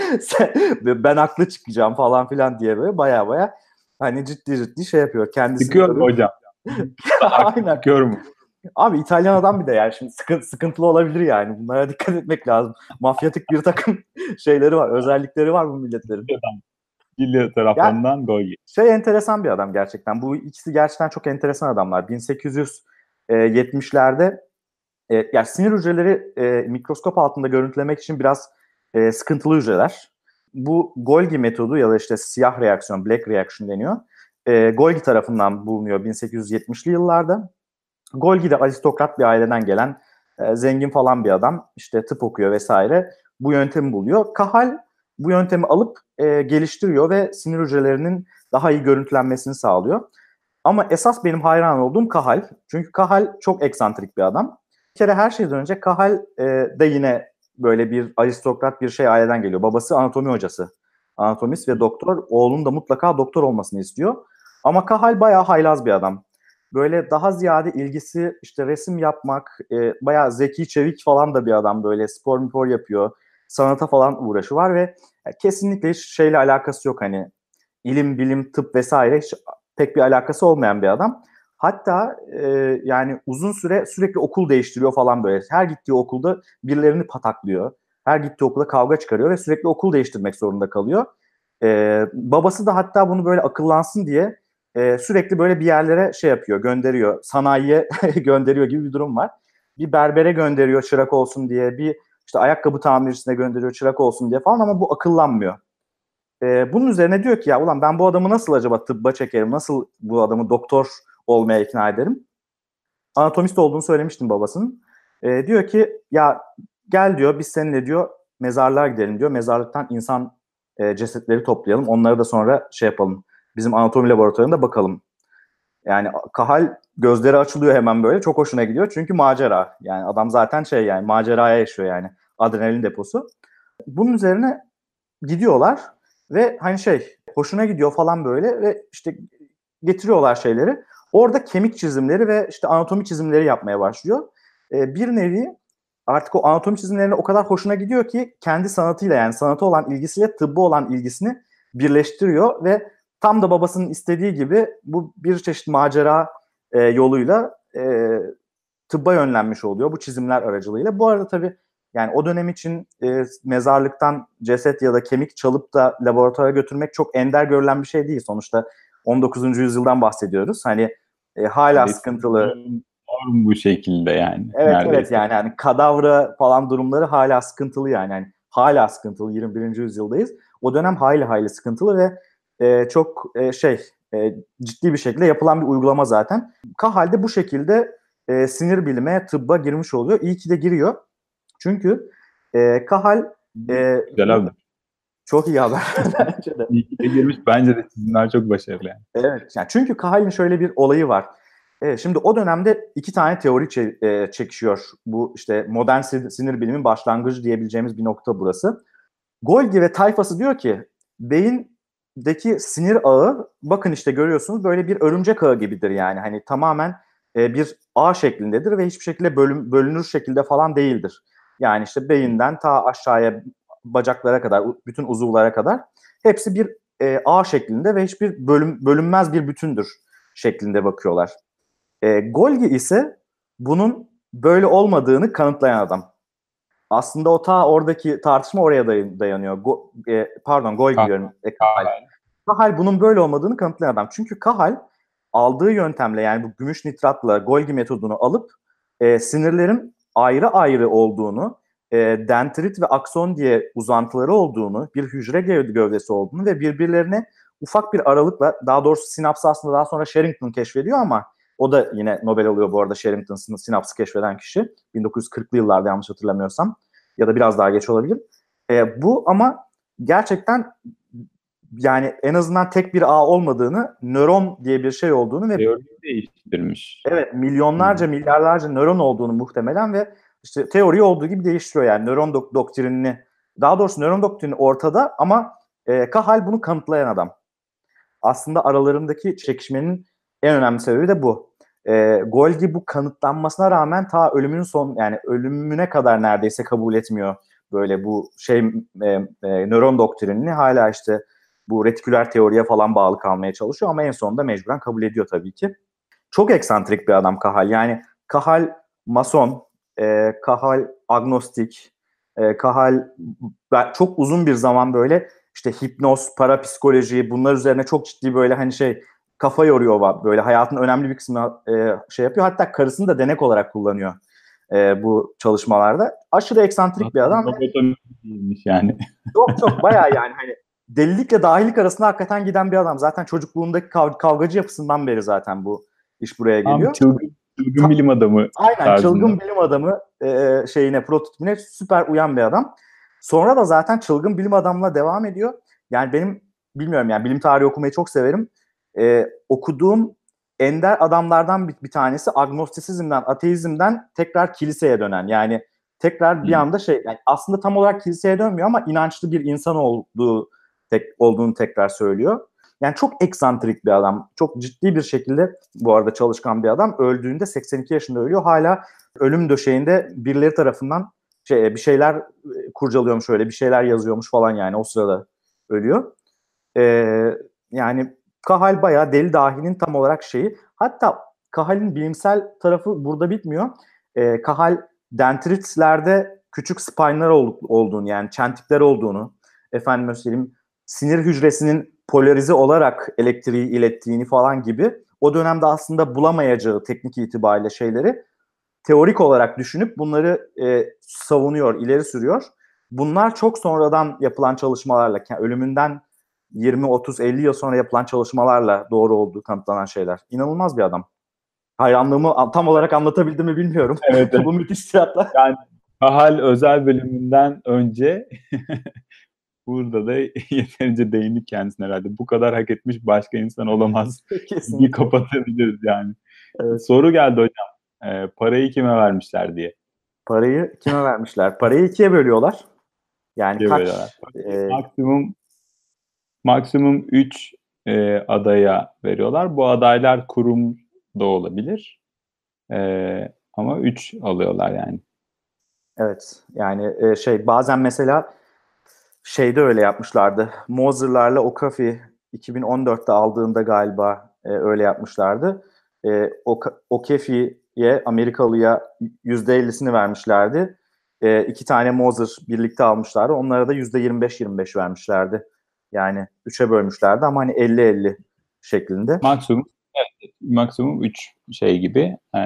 ben haklı çıkacağım falan filan diye böyle bayağı bayağı hani ciddi ciddi şey yapıyor. Kendisini Sıkıyor mu böyle... hocam? Aynen. Sıkıyor mu? Abi İtalyan adam bir de yani şimdi sıkıntı, sıkıntılı olabilir yani. Bunlara dikkat etmek lazım. Mafyatik bir takım şeyleri var, özellikleri var bu milletlerin. Gilya Ya tarafından Golgi. şey, enteresan bir adam gerçekten. Bu ikisi gerçekten çok enteresan adamlar. bin sekiz yüz yetmişlerde e, yani sinir hücreleri e, mikroskop altında görüntülemek için biraz e, sıkıntılı hücreler. Bu Golgi metodu ya da işte siyah reaksiyon, black reaction deniyor. E, Golgi tarafından bulunuyor bin sekiz yüz yetmişli yıllarda. Golgi de aristokrat bir aileden gelen e, zengin falan bir adam. İşte tıp okuyor vesaire. Bu yöntemi buluyor. Cajal bu yöntemi alıp e, geliştiriyor ve sinir hücrelerinin daha iyi görüntülenmesini sağlıyor. Ama esas benim hayran olduğum Cajal. Çünkü Cajal çok eksantrik bir adam. Bir kere her şeyden önce Cajal e, de yine böyle bir aristokrat bir şey aileden geliyor. Babası anatomi hocası. Anatomist ve doktor. Oğlunun da mutlaka doktor olmasını istiyor. Ama Cajal bayağı haylaz bir adam. Böyle daha ziyade ilgisi işte resim yapmak, e, bayağı zeki, çevik falan da bir adam, böyle spor spor yapıyor. Sanata falan uğraşı var ve yani kesinlikle hiç şeyle alakası yok, hani ilim, bilim, tıp vesaire hiç pek bir alakası olmayan bir adam. Hatta e, yani uzun süre sürekli okul değiştiriyor falan böyle. Her gittiği okulda birilerini pataklıyor. Her gittiği okulda kavga çıkarıyor ve sürekli okul değiştirmek zorunda kalıyor. E, babası da hatta bunu böyle akıllansın diye e, sürekli böyle bir yerlere şey yapıyor, gönderiyor. Sanayiye gönderiyor gibi bir durum var. Bir berbere gönderiyor çırak olsun diye, bir işte ayakkabı tamircisine gönderiyor çırak olsun diye falan, ama bu akıllanmıyor. Ee, bunun üzerine diyor ki ya ulan ben bu adamı nasıl acaba tıbba çekerim? Nasıl bu adamı doktor olmaya ikna ederim? Anatomist olduğunu söylemiştim babasının. Ee, diyor ki ya gel diyor, biz seninle diyor mezarlığa gidelim diyor. Mezarlıktan insan e, cesetleri toplayalım. Onları da sonra şey yapalım. Bizim anatomi laboratuvarında bakalım. Yani Cajal gözleri açılıyor hemen böyle. Çok hoşuna gidiyor. Çünkü macera. Yani adam zaten şey, yani maceraya yaşıyor yani. Adrenalin deposu. Bunun üzerine gidiyorlar ve hani şey hoşuna gidiyor falan böyle ve işte getiriyorlar şeyleri. Orada kemik çizimleri ve işte anatomi çizimleri yapmaya başlıyor. Ee, bir nevi artık o anatomi çizimlerine o kadar hoşuna gidiyor ki kendi sanatıyla, yani sanata olan ilgisiyle tıbba olan ilgisini birleştiriyor ve tam da babasının istediği gibi bu bir çeşit macera e, yoluyla e, tıbba yönlenmiş oluyor bu çizimler aracılığıyla. Bu arada tabii yani o dönem için e, mezarlıktan ceset ya da kemik çalıp da laboratuvara götürmek çok ender görülen bir şey değil. Sonuçta on dokuzuncu yüzyıldan bahsediyoruz. Hani e, hala sıkıntılı. Norm bu şekilde yani. Evet Neredeyse. evet yani hani kadavra falan durumları hala sıkıntılı yani. yani hala sıkıntılı, yirmi birinci yüzyıldayız. O dönem hayli hayli sıkıntılı ve e, çok e, şey e, ciddi bir şekilde yapılan bir uygulama zaten. Cajal'de bu şekilde e, sinir bilime, tıbba girmiş oluyor. İyi ki de giriyor. Çünkü e, Cajal e, Güzel abi. çok iyi haber bence de. İyi ki de girmiş. Bence de çizimler çok başarılı yani. Evet. Yani çünkü Cajal'in şöyle bir olayı var. Evet, şimdi o dönemde iki tane teori çe- e, çekişiyor. Bu işte modern sinir, sinir bilimin başlangıcı diyebileceğimiz bir nokta burası. Golgi ve tayfası diyor ki beyindeki sinir ağı, bakın işte görüyorsunuz, böyle bir örümcek ağı gibidir yani. Hani tamamen e, bir ağ şeklindedir ve hiçbir şekilde bölüm, bölünür şekilde falan değildir. Yani işte beyinden ta aşağıya bacaklara kadar, bütün uzuvlara kadar hepsi bir e, ağ şeklinde ve hiçbir bölüm, bölünmez bir bütündür şeklinde bakıyorlar. E, Golgi ise bunun böyle olmadığını kanıtlayan adam. Aslında o ta oradaki tartışma oraya dayanıyor. Go, e, pardon Golgi Kah- diyorum. E, Kahal. Kahal bunun böyle olmadığını kanıtlayan adam. Çünkü Kahal aldığı yöntemle, yani bu gümüş nitratla Golgi metodunu alıp e, sinirlerin ayrı ayrı olduğunu, e, dendrit ve akson diye uzantıları olduğunu, bir hücre gövdesi olduğunu ve birbirlerine ufak bir aralıkla, daha doğrusu sinapsı aslında daha sonra Sherrington keşfediyor ama o da yine Nobel alıyor bu arada, Sherrington'ın sinapsı keşfeden kişi. bin dokuz yüz kırklı yıllarda yanlış hatırlamıyorsam, ya da biraz daha geç olabilir. E, bu ama gerçekten, yani en azından tek bir ağ olmadığını, nöron diye bir şey olduğunu ve Teoriyi değiştirmiş. evet, milyonlarca, milyarlarca nöron olduğunu muhtemelen ve işte teoriyi olduğu gibi değiştiriyor yani nöron dok- doktrinini. Daha doğrusu nöron doktrini ortada ama e, Kahal bunu kanıtlayan adam. Aslında aralarındaki çekişmenin en önemli sebebi de bu. E, Golgi bu kanıtlanmasına rağmen ta ölümünün son, yani ölümüne kadar neredeyse kabul etmiyor böyle bu şey e, e, nöron doktrinini. Hala işte bu retiküler teoriye falan bağlı kalmaya çalışıyor ama en sonunda mecburen kabul ediyor tabii ki. Çok eksantrik bir adam Kahal. Yani Kahal mason, e, Kahal agnostik, e, Kahal çok uzun bir zaman böyle işte hipnoz, parapsikoloji, bunlar üzerine çok ciddi böyle hani şey kafa yoruyor, böyle hayatın önemli bir kısmını e, şey yapıyor. Hatta karısını da denek olarak kullanıyor e, bu çalışmalarda. Aşırı eksantrik bir adam. Lobotomiymiş yani. Çok çok bayağı, yani hani delilikle dahilik arasında hakikaten giden bir adam. Zaten çocukluğundaki kav- kavgacı yapısından beri zaten bu iş buraya Tam geliyor. çılgın, çılgın bilim adamı Aynen, tarzında. çılgın bilim adamı e, şeyine, prototipine süper uyan bir adam. Sonra da zaten çılgın bilim adamla devam ediyor. Yani benim, bilmiyorum yani, bilim tarihi okumayı çok severim. E, okuduğum ender adamlardan bir, bir tanesi agnostisizmden, ateizmden tekrar kiliseye dönen. Yani tekrar bir Hmm. anda şey, yani aslında tam olarak kiliseye dönmüyor ama inançlı bir insan olduğu tek, olduğunu tekrar söylüyor. Yani çok eksantrik bir adam. Çok ciddi bir şekilde bu arada çalışkan bir adam. Öldüğünde seksen iki yaşında ölüyor. Hala ölüm döşeğinde birileri tarafından şey, bir şeyler kurcalıyormuş, öyle bir şeyler yazıyormuş falan, yani o sırada ölüyor. Ee, yani Kahal bayağı deli dahinin tam olarak şeyi. Hatta Kahal'in bilimsel tarafı burada bitmiyor. Ee, Kahal dendritlerde küçük spine'lar ol, olduğunu, yani çentikler olduğunu, efendim söyleyeyim, sinir hücresinin polarize olarak elektriği ilettiğini falan gibi, o dönemde aslında bulamayacağı teknik itibariyle şeyleri teorik olarak düşünüp bunları e, savunuyor, ileri sürüyor. Bunlar çok sonradan yapılan çalışmalarla, yani ölümünden yirmi otuz elli yıl sonra yapılan çalışmalarla doğru olduğu kanıtlanan şeyler. İnanılmaz bir adam. Hayranlığımı tam olarak anlatabildim mi bilmiyorum. Evet, evet. Bu müthiş fiyatla. Yani Kahal özel bölümünden önce burada da yeterince değindik kendisine herhalde. Bu kadar hak etmiş başka insan olamaz. Bir kapatabiliriz yani. Evet. Soru geldi hocam. Ee, parayı kime vermişler diye. Parayı kime vermişler? Parayı ikiye bölüyorlar. Yani Diye kaç? böyle E, maksimum maksimum üç e, adaya veriyorlar. Bu adaylar kurum da olabilir. E, ama üç alıyorlar yani. evet. Yani e, şey, bazen mesela şeyde öyle yapmışlardı. Moser'larla Okafi iki bin on dörtte aldığında galiba e, öyle yapmışlardı. E, Okafi'ye, Amerikalı'ya yüzde ellisini vermişlerdi. E, iki tane Moser birlikte almışlardı. Onlara da yüzde yirmi beş yirmi beş vermişlerdi. Yani üçe bölmüşlerdi ama hani elli elli şeklinde. Maksimum evet, maksimum üç şey gibi e,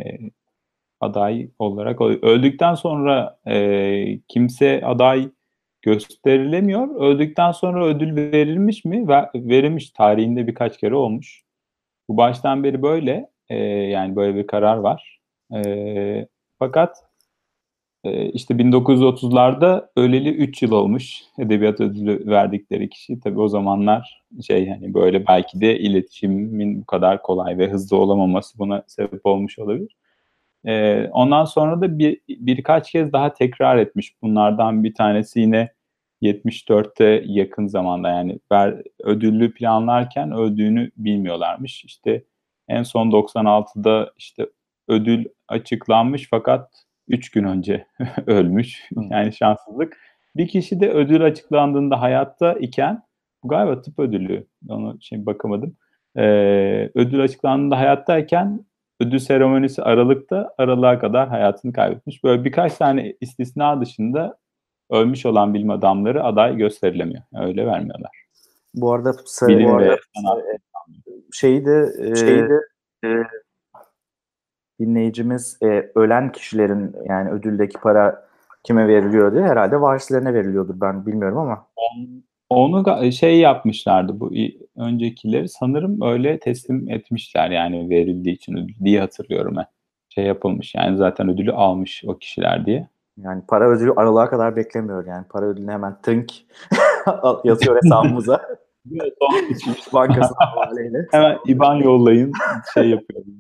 aday olarak öldükten sonra e, kimse aday gösterilemiyor. Öldükten sonra ödül verilmiş mi? Ver, verilmiş, tarihinde birkaç kere olmuş. Bu baştan beri böyle. E, yani böyle bir karar var. E, fakat e, işte bin dokuz yüz otuzlarda öleli üç yıl olmuş edebiyat ödülü verdikleri kişi. Tabii o zamanlar şey, hani böyle belki de iletişimin bu kadar kolay ve hızlı olamaması buna sebep olmuş olabilir. Ee, ondan sonra da bir birkaç kez daha tekrar etmiş. Bunlardan bir tanesi yine yetmiş dörtte yakın zamanda, yani ver, ödüllü planlarken öldüğünü bilmiyorlarmış. İşte En son doksan altıda işte ödül açıklanmış fakat üç gün önce ölmüş. Yani şanssızlık. Bir kişi de ödül açıklandığında hayatta iken, galiba tıp ödülü, onu şimdi bakamadım. Ee, ödül açıklandığında hayattayken ödül seremonisi Aralık'ta, Aralık'a kadar hayatını kaybetmiş. Böyle birkaç tane istisna dışında ölmüş olan bilim adamları aday gösterilemiyor. Öyle vermiyorlar. Bu arada Bilim bu ve arada sanat. şeyi de e, Şeydi, e, dinleyicimiz e, ölen kişilerin yani ödüldeki para kime veriliyor diye herhalde varislerine veriliyordur, ben bilmiyorum ama. Onu ga- şey yapmışlardı bu i- öncekileri, sanırım öyle teslim etmişler yani verildiği için ödül diye hatırlıyorum ben. Şey yapılmış yani, zaten ödülü almış o kişiler diye. Yani para ödülü Aralık'a kadar beklemiyor yani. Para ödülünü hemen tınk yatıyor hesabımıza. Son seçim. Bankasına havaleyle. Hemen İban yollayın, şey yapıyorum.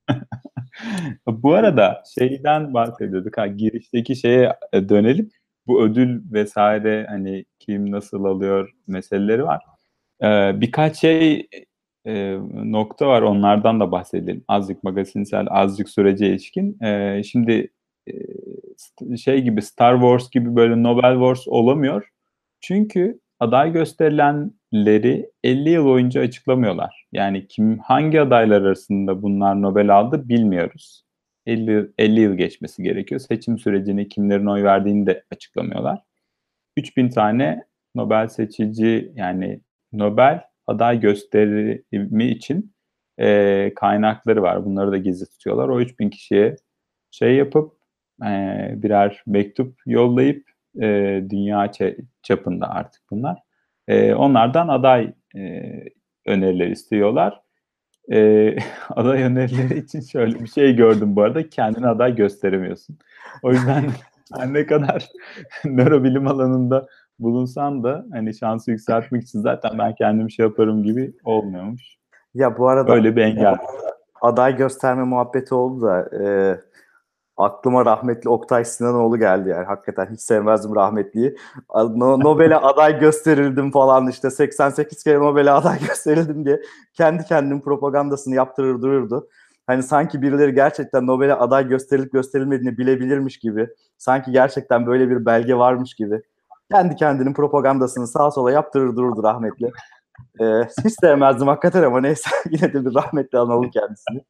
Bu arada şeyden bahsediyorduk, ha, girişteki şeye e, dönelim. Bu ödül vesaire, hani kim nasıl alıyor meseleleri var. Ee, birkaç şey e, nokta var, onlardan da bahsedelim. Azıcık magazinsel, azıcık sürece ilişkin. Ee, şimdi e, st- şey gibi, Star Wars gibi böyle Nobel Wars olamıyor. Çünkü aday gösterilenleri elli yıl boyunca açıklamıyorlar. Yani kim, hangi adaylar arasında bunlar Nobel aldı bilmiyoruz. elli, elli yıl geçmesi gerekiyor. Seçim sürecini, kimlerin oy verdiğini de açıklamıyorlar. üç bin tane Nobel seçici, yani Nobel aday gösterimi için e, kaynakları var. Bunları da gizli tutuyorlar. O üç bin kişiye şey yapıp e, birer mektup yollayıp e, dünya çapında artık bunlar. E, onlardan aday e, önerileri istiyorlar. E, aday önerileri için şöyle bir şey gördüm bu arada. Kendine aday gösteremiyorsun. O yüzden her ne kadar nörobilim alanında bulunsan da hani şansı yükseltmek için zaten ben kendim şey yaparım gibi olmuyormuş. Ya bu arada Öyle bir engel. aday gösterme muhabbeti oldu da e, aklıma rahmetli Oktay Sinanoğlu geldi yani. Hakikaten hiç sevmezdim rahmetliyi. No- Nobel'e aday gösterildim falan, işte seksen sekiz kere Nobel'e aday gösterildim diye kendi kendinin propagandasını yaptırır dururdu. Hani sanki birileri gerçekten Nobel'e aday gösterilip gösterilmediğini bilebilirmiş gibi, sanki gerçekten böyle bir belge varmış gibi kendi kendinin propagandasını sağa sola yaptırır dururdu rahmetli. Ee, hiç sevmezdim hakikaten ama neyse, yine de bir rahmetli analım kendisini.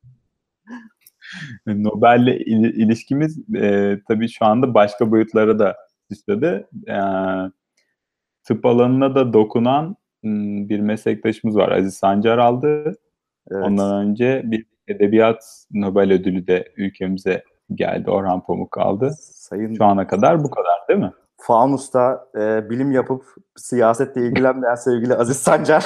Nobel'le il- ilişkimiz e, tabii şu anda başka boyutlara da sıçradı. E, tıp alanına da dokunan m, bir meslektaşımız var. Aziz Sancar aldı. Evet. Ondan önce bir edebiyat Nobel ödülü de ülkemize geldi. Orhan Pamuk aldı. Sayın Şu ana kadar bu kadar değil mi? Fanus'ta e, bilim yapıp siyasetle ilgilenmeyen sevgili Aziz Sancar.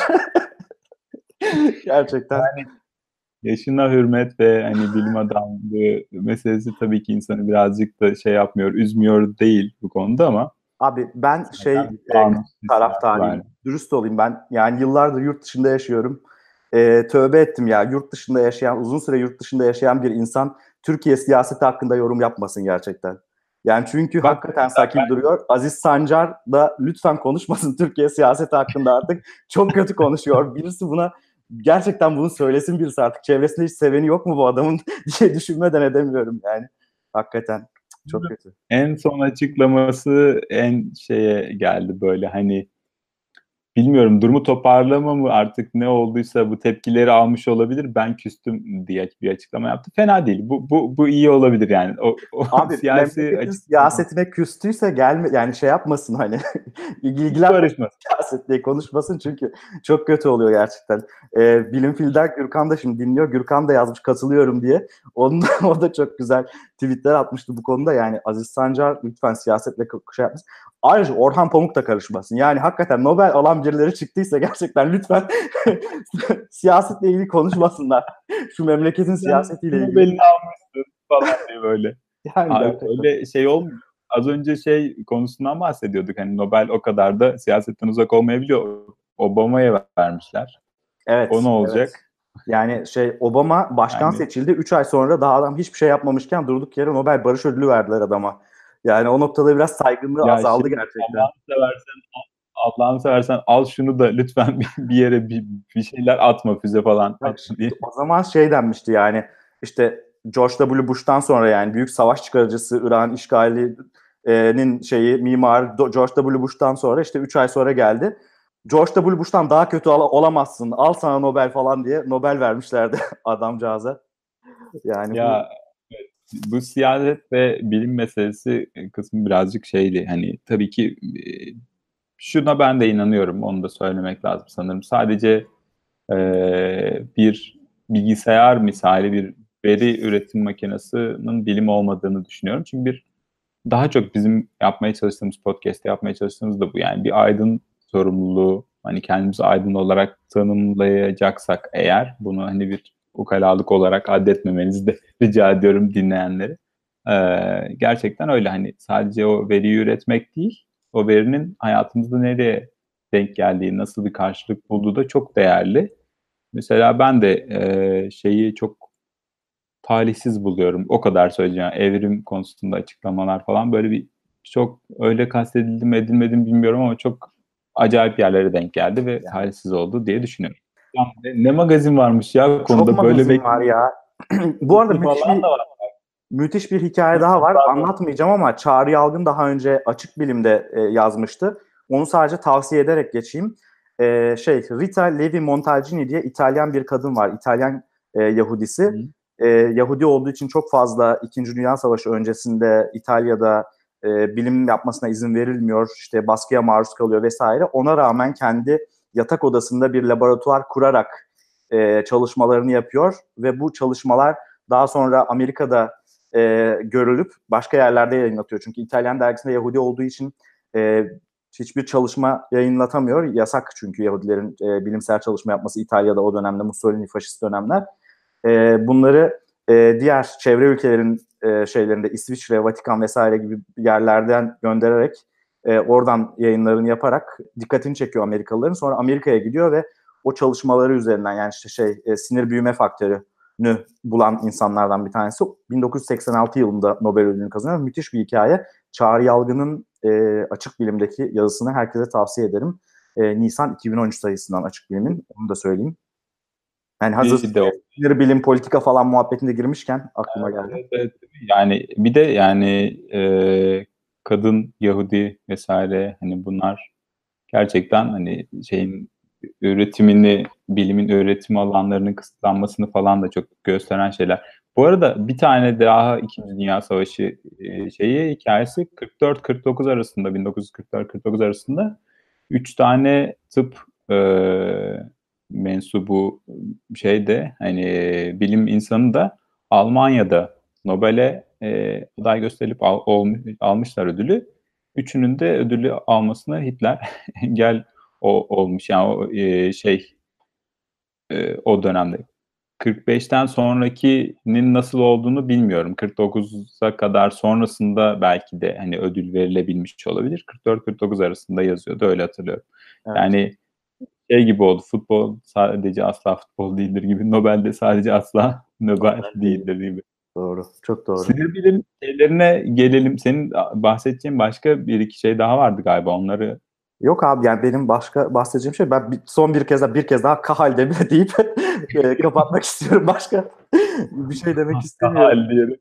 Gerçekten. Yani yaşına hürmet ve hani bilim adamlığı meselesi tabii ki insanı birazcık da şey yapmıyor, üzmüyor değil bu konuda ama Abi ben şey e, Fanus taraftarıyım. var. Dürüst olayım, ben yani yıllardır yurt dışında yaşıyorum. E, tövbe ettim ya, yurt dışında yaşayan, uzun süre yurt dışında yaşayan bir insan Türkiye siyaseti hakkında yorum yapmasın gerçekten. Yani çünkü Bak, hakikaten sakil duruyor. Aziz Sancar da lütfen konuşmasın Türkiye siyaseti hakkında artık. Çok kötü konuşuyor. Birisi buna, gerçekten bunu söylesin birisi artık. Çevresinde hiç seveni yok mu bu adamın diye düşünmeden edemiyorum yani. Hakikaten çok kötü. En son açıklaması en şeye geldi, böyle hani bilmiyorum, durumu toparlama mı artık, ne olduysa bu tepkileri almış olabilir. Ben küstüm diye bir açıklama yaptı. Fena değil. Bu bu bu iyi olabilir yani. O, o Abi siyasi memleketin açıklama siyasetine küstüyse gelme yani, şey yapmasın hani hiç ilgilenmesin barışmaz. siyasetle konuşmasın çünkü çok kötü oluyor gerçekten. Ee, Bilimfil'den Gürkan da şimdi dinliyor. Gürkan da yazmış katılıyorum diye. Onun da, o da çok güzel tweetler atmıştı bu konuda. Yani Aziz Sancar lütfen siyasetle şey yapmasın. Ayrıca Orhan Pamuk da karışmasın. Yani hakikaten Nobel alan birileri çıktıysa gerçekten lütfen siyasetle ilgili konuşmasınlar. Şu memleketin siyasetiyle ilgili. Nobel'ini almışsın falan diye böyle. Yani Abi gerçekten. öyle şey olmuyor. Az önce şey konusundan bahsediyorduk. Hani Nobel o kadar da siyasetten uzak olmayabiliyor. Obama'ya vermişler. Evet. O ne olacak? Evet. Yani şey, Obama başkan Yani, seçildi. üç ay sonra daha adam hiçbir şey yapmamışken durduk yere Nobel Barış Ödülü verdiler adama. Yani o noktada biraz saygınlığı ya azaldı şimdi gerçekten. Allah'ını seversen Allah'ını seversen al şunu da lütfen bir, bir yere bir, bir şeyler atma, füze falan Bak, at diye. o zaman şey denmişti yani işte George W. Bush'tan sonra yani büyük savaş çıkarıcısı İran işgalinin şeyi mimar George W. Bush'tan sonra işte üç ay sonra geldi. George W. Bush'tan daha kötü ol- olamazsın. Al sana Nobel falan diye Nobel vermişlerdi adamcağıza. Yani bu Ya evet, bu siyaset ve bilim meselesi kısmı birazcık şeydi. Hani tabii ki e, şuna ben de inanıyorum. Onu da söylemek lazım sanırım. Sadece e, bir bilgisayar misali bir veri üretim makinesinin bilim olmadığını düşünüyorum. Çünkü bir daha çok bizim yapmaya çalıştığımız podcast'te yapmaya çalıştığımız da bu. Yani bir aydın sorumluluğu, hani kendimizi aydın olarak tanımlayacaksak eğer, bunu hani bir ukalalık olarak addetmemenizi de rica ediyorum dinleyenleri. Ee, gerçekten öyle, hani sadece o veriyi üretmek değil, o verinin hayatımızda nereye denk geldiği, nasıl bir karşılık bulduğu da çok değerli. Mesela ben de e, şeyi çok talihsiz buluyorum. O kadar söyleyeceğim. Evrim konusunda açıklamalar falan böyle bir çok öyle kastedildi mi edilmedi mi bilmiyorum ama çok acayip yerlere denk geldi ve yani talihsiz oldu diye düşünüyorum. Ya ne, ne magazin varmış ya çok konuda böyle magazin var bekliyorum ya. Bu arada müthiş falan bir da var. müthiş bir hikaye daha var. Anlatmayacağım ama Çağrı Yalgın daha önce Açık Bilim'de e, yazmıştı. Onu sadece tavsiye ederek geçeyim. E, şey Rita Levi Montalcini diye İtalyan bir kadın var. İtalyan e, Yahudisi. Hı. E, Yahudi olduğu için çok fazla İkinci Dünya Savaşı öncesinde İtalya'da e, bilim yapmasına izin verilmiyor. İşte baskıya maruz kalıyor vesaire. Ona rağmen kendi yatak odasında bir laboratuvar kurarak e, çalışmalarını yapıyor ve bu çalışmalar daha sonra Amerika'da e, görülüp başka yerlerde yayınlatıyor. Çünkü İtalyan dergisinde Yahudi olduğu için e, hiçbir çalışma yayınlatamıyor. Yasak çünkü Yahudilerin e, bilimsel çalışma yapması İtalya'da o dönemde Mussolini faşist dönemler. E, bunları e, diğer çevre ülkelerin e, şeylerinde İsviçre, Vatikan vesaire gibi yerlerden göndererek e, oradan yayınlarını yaparak dikkatini çekiyor Amerikalıların. Sonra Amerika'ya gidiyor ve o çalışmaları üzerinden yani işte şey e, sinir büyüme faktörünü bulan insanlardan bir tanesi. bin dokuz yüz seksen altı yılında Nobel ödülünü kazanıyor. Müthiş bir hikaye. Çağrı Yalgın'ın e, Açık Bilim'deki yazısını herkese tavsiye ederim. E, Nisan iki bin on üç sayısından Açık Bilim'in. Onu da söyleyeyim. Yani hazır Bir de o. sinir bilim, politika falan muhabbetinde girmişken aklıma geldi. Evet, evet. Yani bir de yani e, kadın Yahudi vesaire, hani bunlar gerçekten hani şeyin üretimini, bilimin üretim alanlarının kısıtlanmasını falan da çok gösteren şeyler. Bu arada bir tane daha İkinci Dünya Savaşı e, şeyi hikayesi kırk dört kırk dokuz arasında, bin dokuz yüz kırk dört kırk dokuz arasında üç tane tıp e, mensubu şeyde hani bilim insanı da Almanya'da Nobel'e e, aday gösterilip al, ol, almışlar ödülü. Üçünün de ödülü almasına Hitler engel o, olmuş. Yani o e, şey e, o dönemde. kırk beşten sonrakinin nasıl olduğunu bilmiyorum. kırk dokuza kadar sonrasında belki de hani ödül verilebilmiş olabilir. kırk dört kırk dokuz arasında yazıyordu, öyle hatırlıyorum. Evet. Yani şey gibi oldu. Futbol sadece asla futbol değildir gibi. Nobel'de sadece asla Nobel değildir gibi. Doğru. Çok doğru. Sinir bilim şeylerine gelelim. Senin bahsedeceğin başka bir iki şey daha vardı galiba. Onları Yok abi yani benim başka bahsedeceğim şey ben bir, son bir kez daha bir kez daha Kahal bile deyip e, kapatmak istiyorum. Başka bir şey demek istemiyorum. hal diyelim.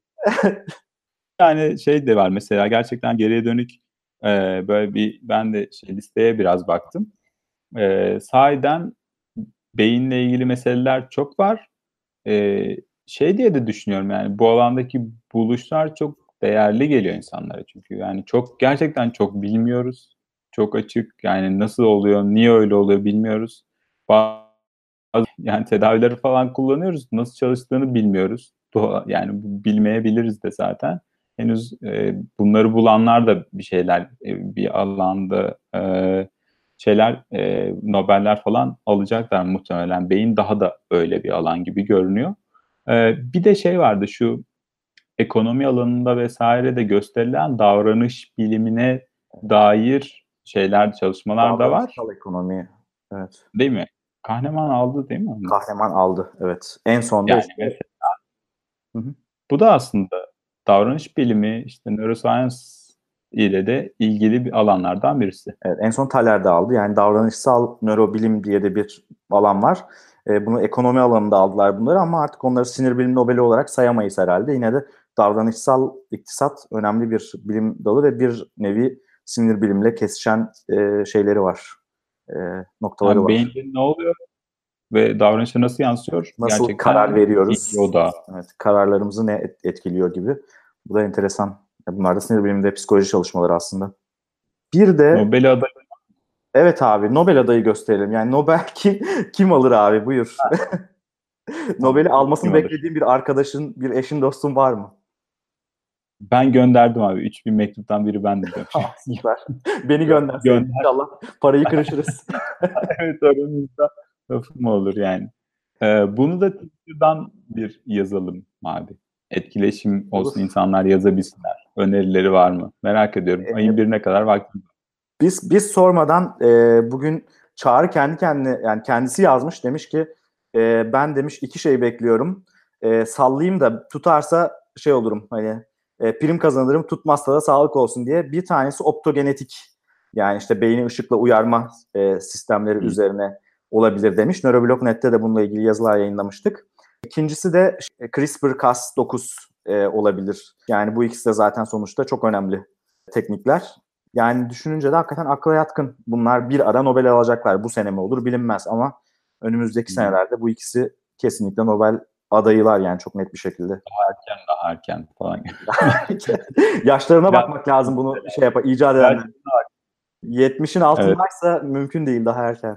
Yani şey de var mesela, gerçekten geriye dönük e, böyle bir, ben de şey, listeye biraz baktım. E, sahiden beyinle ilgili meseleler çok var. E, şey diye de düşünüyorum, yani bu alandaki buluşlar çok değerli geliyor insanlara, çünkü yani çok, gerçekten çok bilmiyoruz. Çok açık, yani nasıl oluyor, niye öyle oluyor bilmiyoruz. Bazı, yani tedavileri falan kullanıyoruz, nasıl çalıştığını bilmiyoruz. Doğa, yani bilmeyebiliriz de zaten. Henüz e, bunları bulanlar da bir şeyler e, bir alanda e, şeyler e, Nobeller falan alacaklar muhtemelen. Beyin daha da öyle bir alan gibi görünüyor. E, bir de şey vardı, şu ekonomi alanında vesaire de gösterilen davranış bilimine dair şeyler, çalışmalar da var. Davranışsal ekonomi. Evet. Değil mi? Kahneman aldı değil mi onu? Kahraman aldı. Evet. En sonda Yani işte. mesela Hı hı. bu da aslında davranış bilimi, işte neuroscience ile de ilgili bir alanlardan birisi. Evet, en son Thaler de aldı. Yani davranışsal nörobilim diye de bir alan var. E, bunu ekonomi alanında aldılar bunları ama artık onları sinir bilim Nobel'i olarak sayamayız herhalde. Yine de davranışsal iktisat önemli bir bilim dalı ve bir nevi sinir bilimle kesişen e, şeyleri var. E, noktaları Yani var. beyinde ne oluyor ve davranışa nasıl yansıyor? Nasıl Gerçekten karar veriyoruz? o da. Evet, kararlarımızı ne etkiliyor gibi. Bu da enteresan. Bunlar da sinir biliminde psikoloji çalışmaları aslında. Bir de Nobel adayı. Evet abi, Nobel adayı gösterelim. Yani Nobel kim, kim alır abi? Buyur. Nobel'i almasını Kim alır? beklediğin bir arkadaşın, bir eşin, dostun var mı? Ben gönderdim abi. üç bin mektuptan biri bendim. Süper. Beni göndersin. Gönder. İnşallah parayı kırışırız. Evet, aramızda lafım olur yani. Ee, bunu da Twitter'dan bir yazalım abi. Etkileşim olsun, Olur. insanlar yazabilsinler. Önerileri var mı? Merak ediyorum. Ee, Ayın birine kadar vaktim var. Biz biz sormadan e, bugün Çağrı kendi kendine, yani kendisi yazmış, demiş ki e, ben demiş iki şey bekliyorum. E, sallayayım da tutarsa şey olurum, hani e, prim kazanırım, tutmazsa da sağlık olsun diye. Bir tanesi optogenetik, yani işte beyni ışıkla uyarma e, sistemleri Hı. üzerine olabilir demiş. Nöroblog nokta net'te de bununla ilgili yazılar yayınlamıştık. İkincisi de CRISPR Cas dokuz e, olabilir. Yani bu ikisi de zaten sonuçta çok önemli teknikler. Yani düşününce de hakikaten akla yatkın. Bunlar bir ara Nobel alacaklar. Bu sene mi olur bilinmez ama önümüzdeki Hı. senelerde bu ikisi kesinlikle Nobel adayılar, yani çok net bir şekilde. Daha erken, daha erken falan. Yaşlarına bakmak lazım bunu şey yapar, icat edenler. yetmişin altındaysa evet, mümkün değil, daha erken.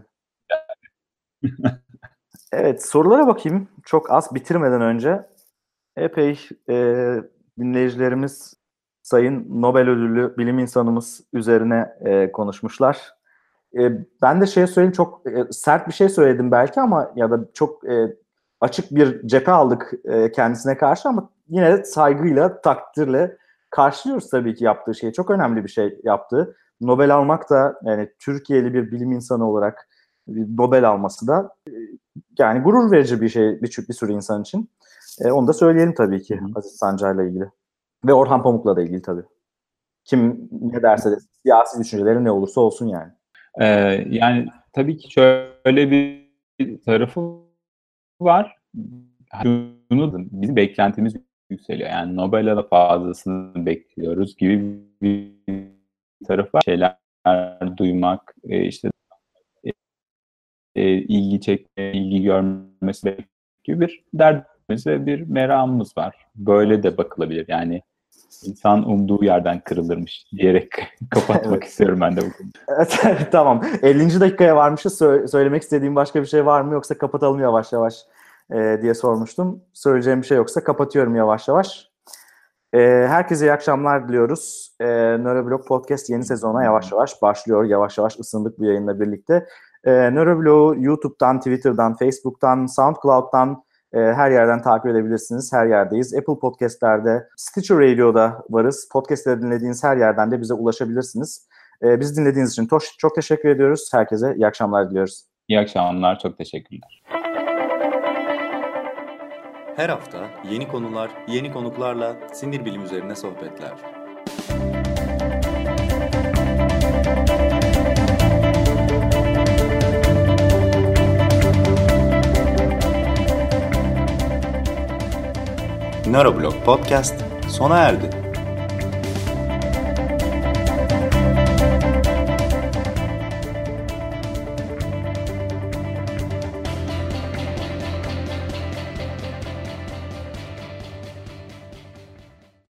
Evet, sorulara bakayım. Çok az, bitirmeden önce. Epey e, dinleyicilerimiz Sayın Nobel ödüllü bilim insanımız üzerine e, konuşmuşlar. E, ben de şey söyleyeyim, çok e, sert bir şey söyledim belki ama ya da çok e, açık bir cephe aldık e, kendisine karşı ama yine de saygıyla, takdirle karşılıyoruz tabii ki yaptığı şeyi. Çok önemli bir şey yaptı. Nobel almak da, yani Türkiye'li bir bilim insanı olarak Nobel alması da e, yani gurur verici bir şey bir, bir sürü insan için. E, onu da söyleyelim tabii ki, Hı-hı. Aziz Sancar'la ilgili. Ve Orhan Pamuk'la da ilgili tabii. Kim ne derse de, siyasi düşünceleri ne olursa olsun yani. Ee, yani tabii ki şöyle bir tarafı var. Şunu, bizim beklentimiz yükseliyor. Yani Nobel'e de fazlasını bekliyoruz gibi bir tarafı var. Şeyler duymak, işte e, ilgi çekme, ilgi görmesi gibi bir derdimiz ve bir meramımız var. Böyle de bakılabilir. Yani insan umduğu yerden kırılırmış diyerek kapatmak evet. istiyorum ben de bu konuyu. Evet, tamam. ellinci dakikaya varmışız. Sö- söylemek istediğim başka bir şey var mı, yoksa kapatalım yavaş yavaş e, diye sormuştum. Söyleyeceğim bir şey yoksa kapatıyorum yavaş yavaş. E, herkese iyi akşamlar diliyoruz. E, Nöroblog Podcast yeni sezona yavaş yavaş başlıyor. Yavaş yavaş ısındık bu yayınla birlikte. E, Nöroblog'u YouTube'dan, Twitter'dan, Facebook'tan, SoundCloud'dan e, her yerden takip edebilirsiniz. Her yerdeyiz. Apple Podcast'lerde, Stitcher Radio'da varız. Podcast'leri dinlediğiniz her yerden de bize ulaşabilirsiniz. E, bizi dinlediğiniz için to- çok teşekkür ediyoruz. Herkese iyi akşamlar diliyoruz. İyi akşamlar, çok teşekkürler. Her hafta yeni konular, yeni konuklarla sinir bilim üzerine sohbetler. Nöroblog Podcast sona erdi.